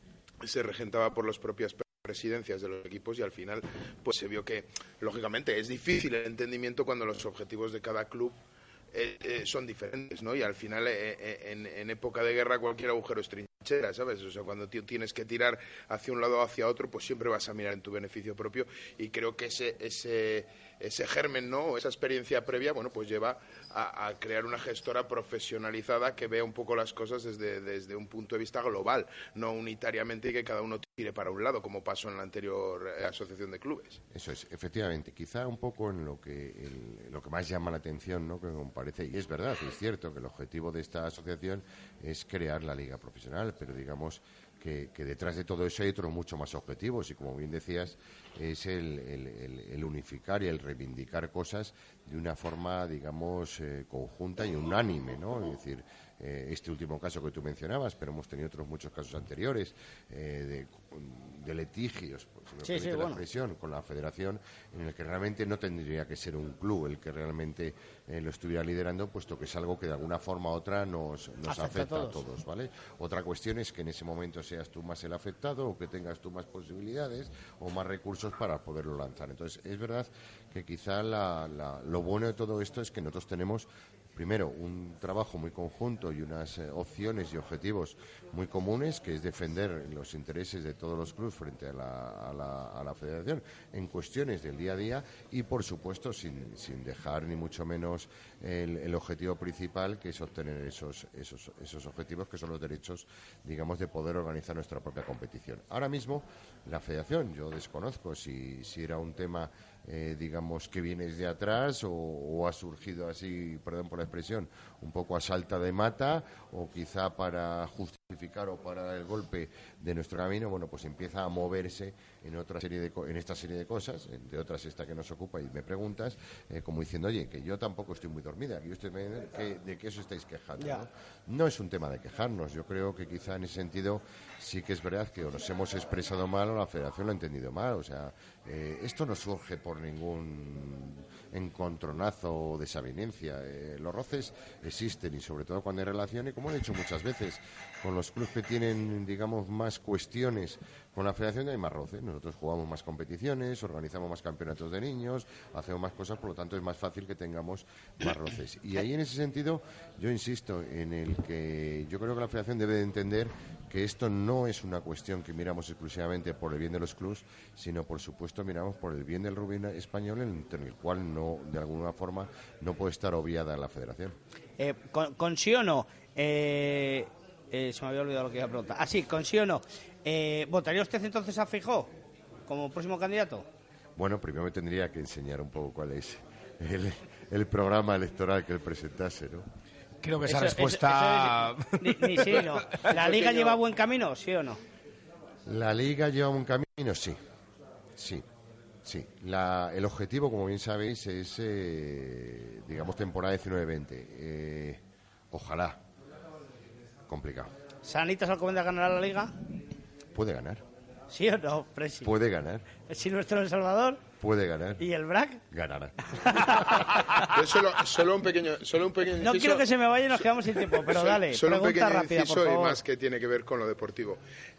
se regentaba por las propias presidencias de los equipos y al final pues se vio que lógicamente es difícil el entendimiento cuando los objetivos de cada club eh, eh, son diferentes, ¿no? Y al final eh, eh, en, en época de guerra cualquier agujero es trinchera, ¿sabes? O sea, cuando tienes que tirar hacia un lado o hacia otro, pues siempre vas a mirar en tu beneficio propio, y creo que ese ese ese germen, ¿no? Esa experiencia previa, bueno, pues lleva a, a crear una gestora profesionalizada que vea un poco las cosas desde, desde un punto de vista global, no unitariamente, y que cada uno tire para un lado, como pasó en la anterior eh, asociación de clubes. Eso es, efectivamente, quizá un poco en lo que el, lo que más llama la atención, ¿no? Que me parece, y es verdad, es cierto que el objetivo de esta asociación es crear la liga profesional, pero digamos que, que detrás de todo eso hay otros mucho más objetivos, y como bien decías, es el, el, el, el unificar y el reivindicar cosas de una forma, digamos, eh, conjunta y unánime, ¿no? Es decir, eh, este último caso que tú mencionabas, pero hemos tenido otros muchos casos anteriores eh, de, de litigios, pues, si me sí, permite sí, la bueno. expresión, con la federación, en el que realmente no tendría que ser un club el que realmente eh, lo estuviera liderando, puesto que es algo que de alguna forma u otra nos, nos afecta, afecta a, todos. a todos, ¿vale? Otra cuestión es que en ese momento seas tú más el afectado, o que tengas tú más posibilidades o más recursos para poderlo lanzar. Entonces, es verdad que quizá la, la, lo bueno de todo esto es que nosotros tenemos, primero, un trabajo muy conjunto y unas eh, opciones y objetivos muy comunes, que es defender los intereses de todos los clubes frente a la, a la, a la federación en cuestiones del día a día, y por supuesto sin, sin dejar ni mucho menos el, el objetivo principal, que es obtener esos, esos, esos objetivos, que son los derechos, digamos, de poder organizar nuestra propia competición. Ahora mismo la federación, yo desconozco si, si era un tema Eh, digamos, que viene desde atrás, o, o ha surgido así, perdón por la expresión, un poco a salta de mata, o quizá para justificar o para el golpe de nuestro camino, bueno, pues empieza a moverse en otra serie de en esta serie de cosas, entre otras esta que nos ocupa y me preguntas, eh, como diciendo, oye, que yo tampoco estoy muy dormida, que yo estoy que, de qué os estáis quejando, ¿no? No es un tema de quejarnos, yo creo que quizá en ese sentido sí que es verdad que o nos hemos expresado mal o la federación lo ha entendido mal, o sea, eh, esto no surge por ningún encontronazo o desavenencia. Eh, los roces existen, y sobre todo cuando hay relación, y como he dicho muchas veces, con los clubes que tienen, digamos, más cuestiones con la federación, hay más roce. Nosotros jugamos más competiciones, organizamos más campeonatos de niños, hacemos más cosas, por lo tanto es más fácil que tengamos más roces. Y ahí, en ese sentido, yo insisto en el que yo creo que la federación debe de entender que esto no es una cuestión que miramos exclusivamente por el bien de los clubes, sino, por supuesto, miramos por el bien del rugby español, en el cual no, de alguna forma, no puede estar obviada la federación. Eh, con, con sí o no, eh, eh, se me había olvidado lo que iba a preguntar. Ah, sí, con sí o no. Eh, ¿Votaría usted entonces a Feijóo como próximo candidato? Bueno, primero me tendría que enseñar un poco cuál es el, el programa electoral que él presentase, ¿no? Creo que esa eso, respuesta... Eso, eso es, ni, ni sí ni no. ¿La Liga lleva buen camino, sí o no? La Liga lleva buen camino, sí. Sí. Sí. La, el objetivo, como bien sabéis, es, eh, digamos, temporada diecinueve veinte. Eh, ojalá. Complicado. ¿Sanitas Alcobendas ganará la Liga? Puede ganar. ¿Sí o no, Presi? Puede ganar. ¿El Silvestre El Salvador? Puede ganar. ¿Y el B R A C? Ganará. Yo solo, solo un pequeño, solo un pequeño No inciso, quiero que se me vaya y nos quedamos sin tiempo, pero Sol- dale, solo un pregunta pequeño rápida, por inciso y favor. más que tiene que ver con lo deportivo.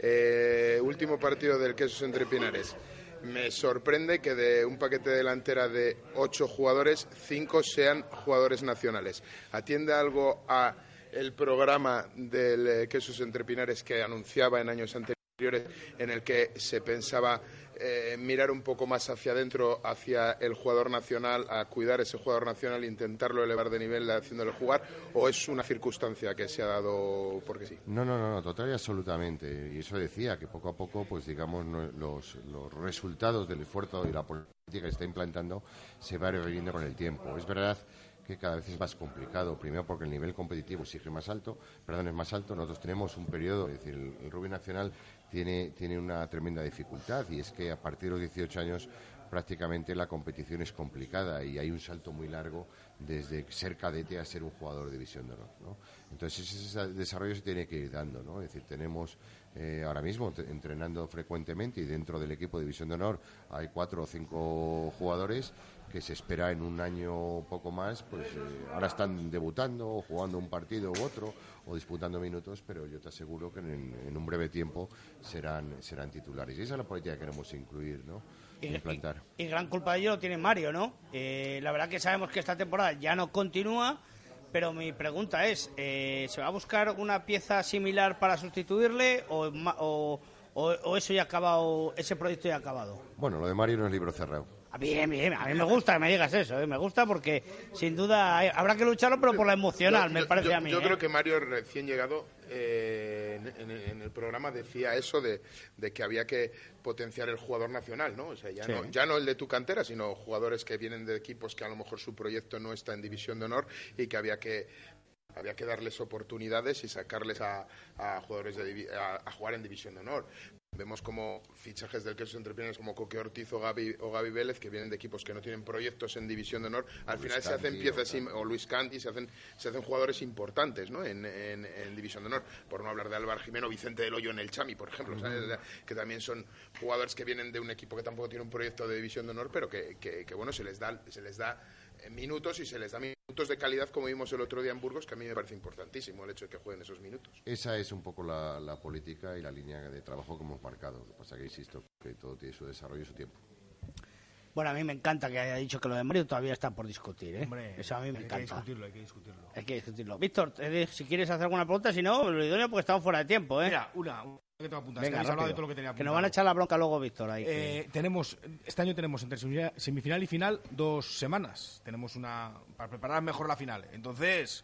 Eh, último partido del Quesos Entre Pinares. Me sorprende que de un paquete de delantera de ocho jugadores, cinco sean jugadores nacionales. ¿Atiende algo a el programa del eh, Quesos Entre Pinares que anunciaba en años anteriores, en el que se pensaba eh, mirar un poco más hacia adentro, hacia el jugador nacional, a cuidar ese jugador nacional e intentarlo elevar de nivel haciéndole jugar, o es una circunstancia que se ha dado porque sí? No, no, no, no, total y absolutamente. Y eso decía, que poco a poco, pues digamos, no- los, los resultados del esfuerzo y la política que se está implantando se va reviviendo con el tiempo. Es verdad que cada vez es más complicado, primero porque el nivel competitivo exige más alto, perdón, es más alto. Nosotros tenemos un periodo, es decir, el, el rugby nacional tiene, tiene una tremenda dificultad, y es que a partir de los dieciocho años prácticamente la competición es complicada y hay un salto muy largo desde ser cadete a ser un jugador de división de honor, ¿no? Entonces ese desarrollo se tiene que ir dando, ¿no? Es decir, tenemos eh, ahora mismo t- entrenando frecuentemente, y dentro del equipo de división de honor hay cuatro o cinco jugadores que se espera en un año poco más, pues eh, ahora están debutando o jugando un partido u otro o disputando minutos, pero yo te aseguro que en, en un breve tiempo serán serán titulares. Y esa es la política que queremos incluir, ¿no? Y, Implantar. y- y gran culpa de ello lo tiene Mario, ¿no? Eh, la verdad que sabemos que esta temporada ya no continúa, pero mi pregunta es, eh, ¿se va a buscar una pieza similar para sustituirle o, ma- o, o- o eso ya ha acabado, ese proyecto ya ha acabado? Bueno, lo de Mario no es libro cerrado. Ah, Bien, bien, a mí me gusta que me digas eso, ¿eh? Me gusta porque sin duda hay- habrá que lucharlo, pero por la emocional, Yo- me yo- parece yo- a mí. Yo ¿eh? creo que Mario, recién llegado, eh, en, en- en el programa decía eso de, de que había que potenciar el jugador nacional, ¿no? O sea, ya, Sí. no, ya no el de tu cantera, sino jugadores que vienen de equipos que a lo mejor su proyecto no está en división de honor y que había que había que darles oportunidades y sacarles a, a jugadores de divi- a, a jugar en división de honor. Vemos como fichajes del Quesos Entre Pinares como Coque Ortiz o Gaby, o Gaby Vélez, que vienen de equipos que no tienen proyectos en división de honor, al Luis final se hacen Canti, piezas, o im- o Luis Canti, se hacen, se hacen jugadores importantes, ¿no? en, en, en división de honor, por no hablar de Álvaro Jimeno, Vicente del Hoyo en el Chami, por ejemplo, ¿sabes? Que también son jugadores que vienen de un equipo que tampoco tiene un proyecto de división de honor, pero que, que, que, bueno, se les da, se les da eh, minutos y se les da minutos de calidad, como vimos el otro día en Burgos, que a mí me parece importantísimo el hecho de que jueguen esos minutos. Esa es un poco la, la política y la línea de trabajo que hemos marcado. Lo que pasa que, insisto, que todo tiene su desarrollo y su tiempo. Bueno, a mí me encanta que haya dicho que lo de Mario todavía está por discutir, ¿eh? Hombre, Eso a mí me hay encanta. que discutirlo, hay que discutirlo. Hay que discutirlo. Víctor, eh, si quieres hacer alguna pregunta, si no, lo idóneo porque estamos fuera de tiempo, ¿eh? Mira, una, una que tengo apuntada. Es que Venga, habéis hablado de rápido. todo lo que tenía Que nos apuntado. van a echar la bronca luego, Víctor, ahí. que- Eh, tenemos, este año tenemos entre semifinal- semifinal y final dos semanas. Tenemos una para preparar mejor la final. Entonces,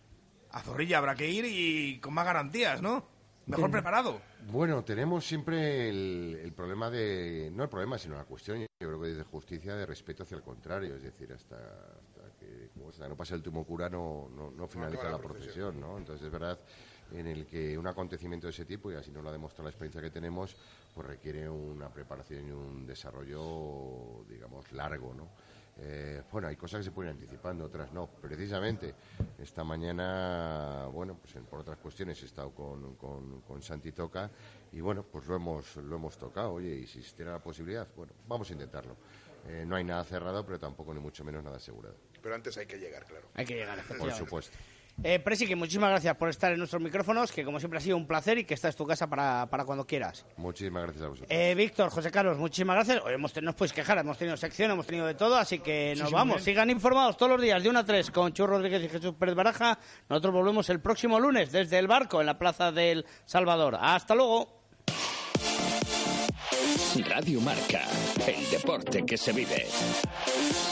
a Zorrilla habrá que ir y con más garantías, ¿no? Mejor preparado. Bueno, tenemos siempre el, el problema de... No el problema, sino la cuestión, yo creo que desde justicia, de respeto hacia el contrario. Es decir, hasta, hasta que como hasta no pase el último cura no, no, no finaliza acaba la la procesión, ¿no? Entonces es verdad en el que un acontecimiento de ese tipo, y así nos lo ha demostrado la experiencia que tenemos, pues requiere una preparación y un desarrollo, digamos, largo, ¿no? Eh, bueno, hay cosas que se pueden ir anticipando, otras no. Precisamente, esta mañana, bueno, pues en- por otras cuestiones he estado con, con, con Santi Toca y, bueno, pues lo hemos, lo hemos tocado. Oye, y si existiera la posibilidad, bueno, vamos a intentarlo. Eh, no hay nada cerrado, pero tampoco ni mucho menos nada asegurado. Pero antes hay que llegar, claro. Hay que llegar, Por efectivamente. supuesto. Eh, Presi, que muchísimas gracias por estar en nuestros micrófonos, que como siempre ha sido un placer y que esta es tu casa para, para cuando quieras. Muchísimas gracias a vosotros. Eh, Víctor, José Carlos, muchísimas gracias. Hoy hemos, no os podéis quejar, hemos tenido sección, hemos tenido de todo, así que Sí, nos sí, vamos. muy bien. Sigan informados todos los días de una a tres con Chu Rodríguez y Jesús Pérez Baraja. Nosotros volvemos el próximo lunes desde el barco en la Plaza del Salvador. Hasta luego. Radio Marca, el deporte que se vive.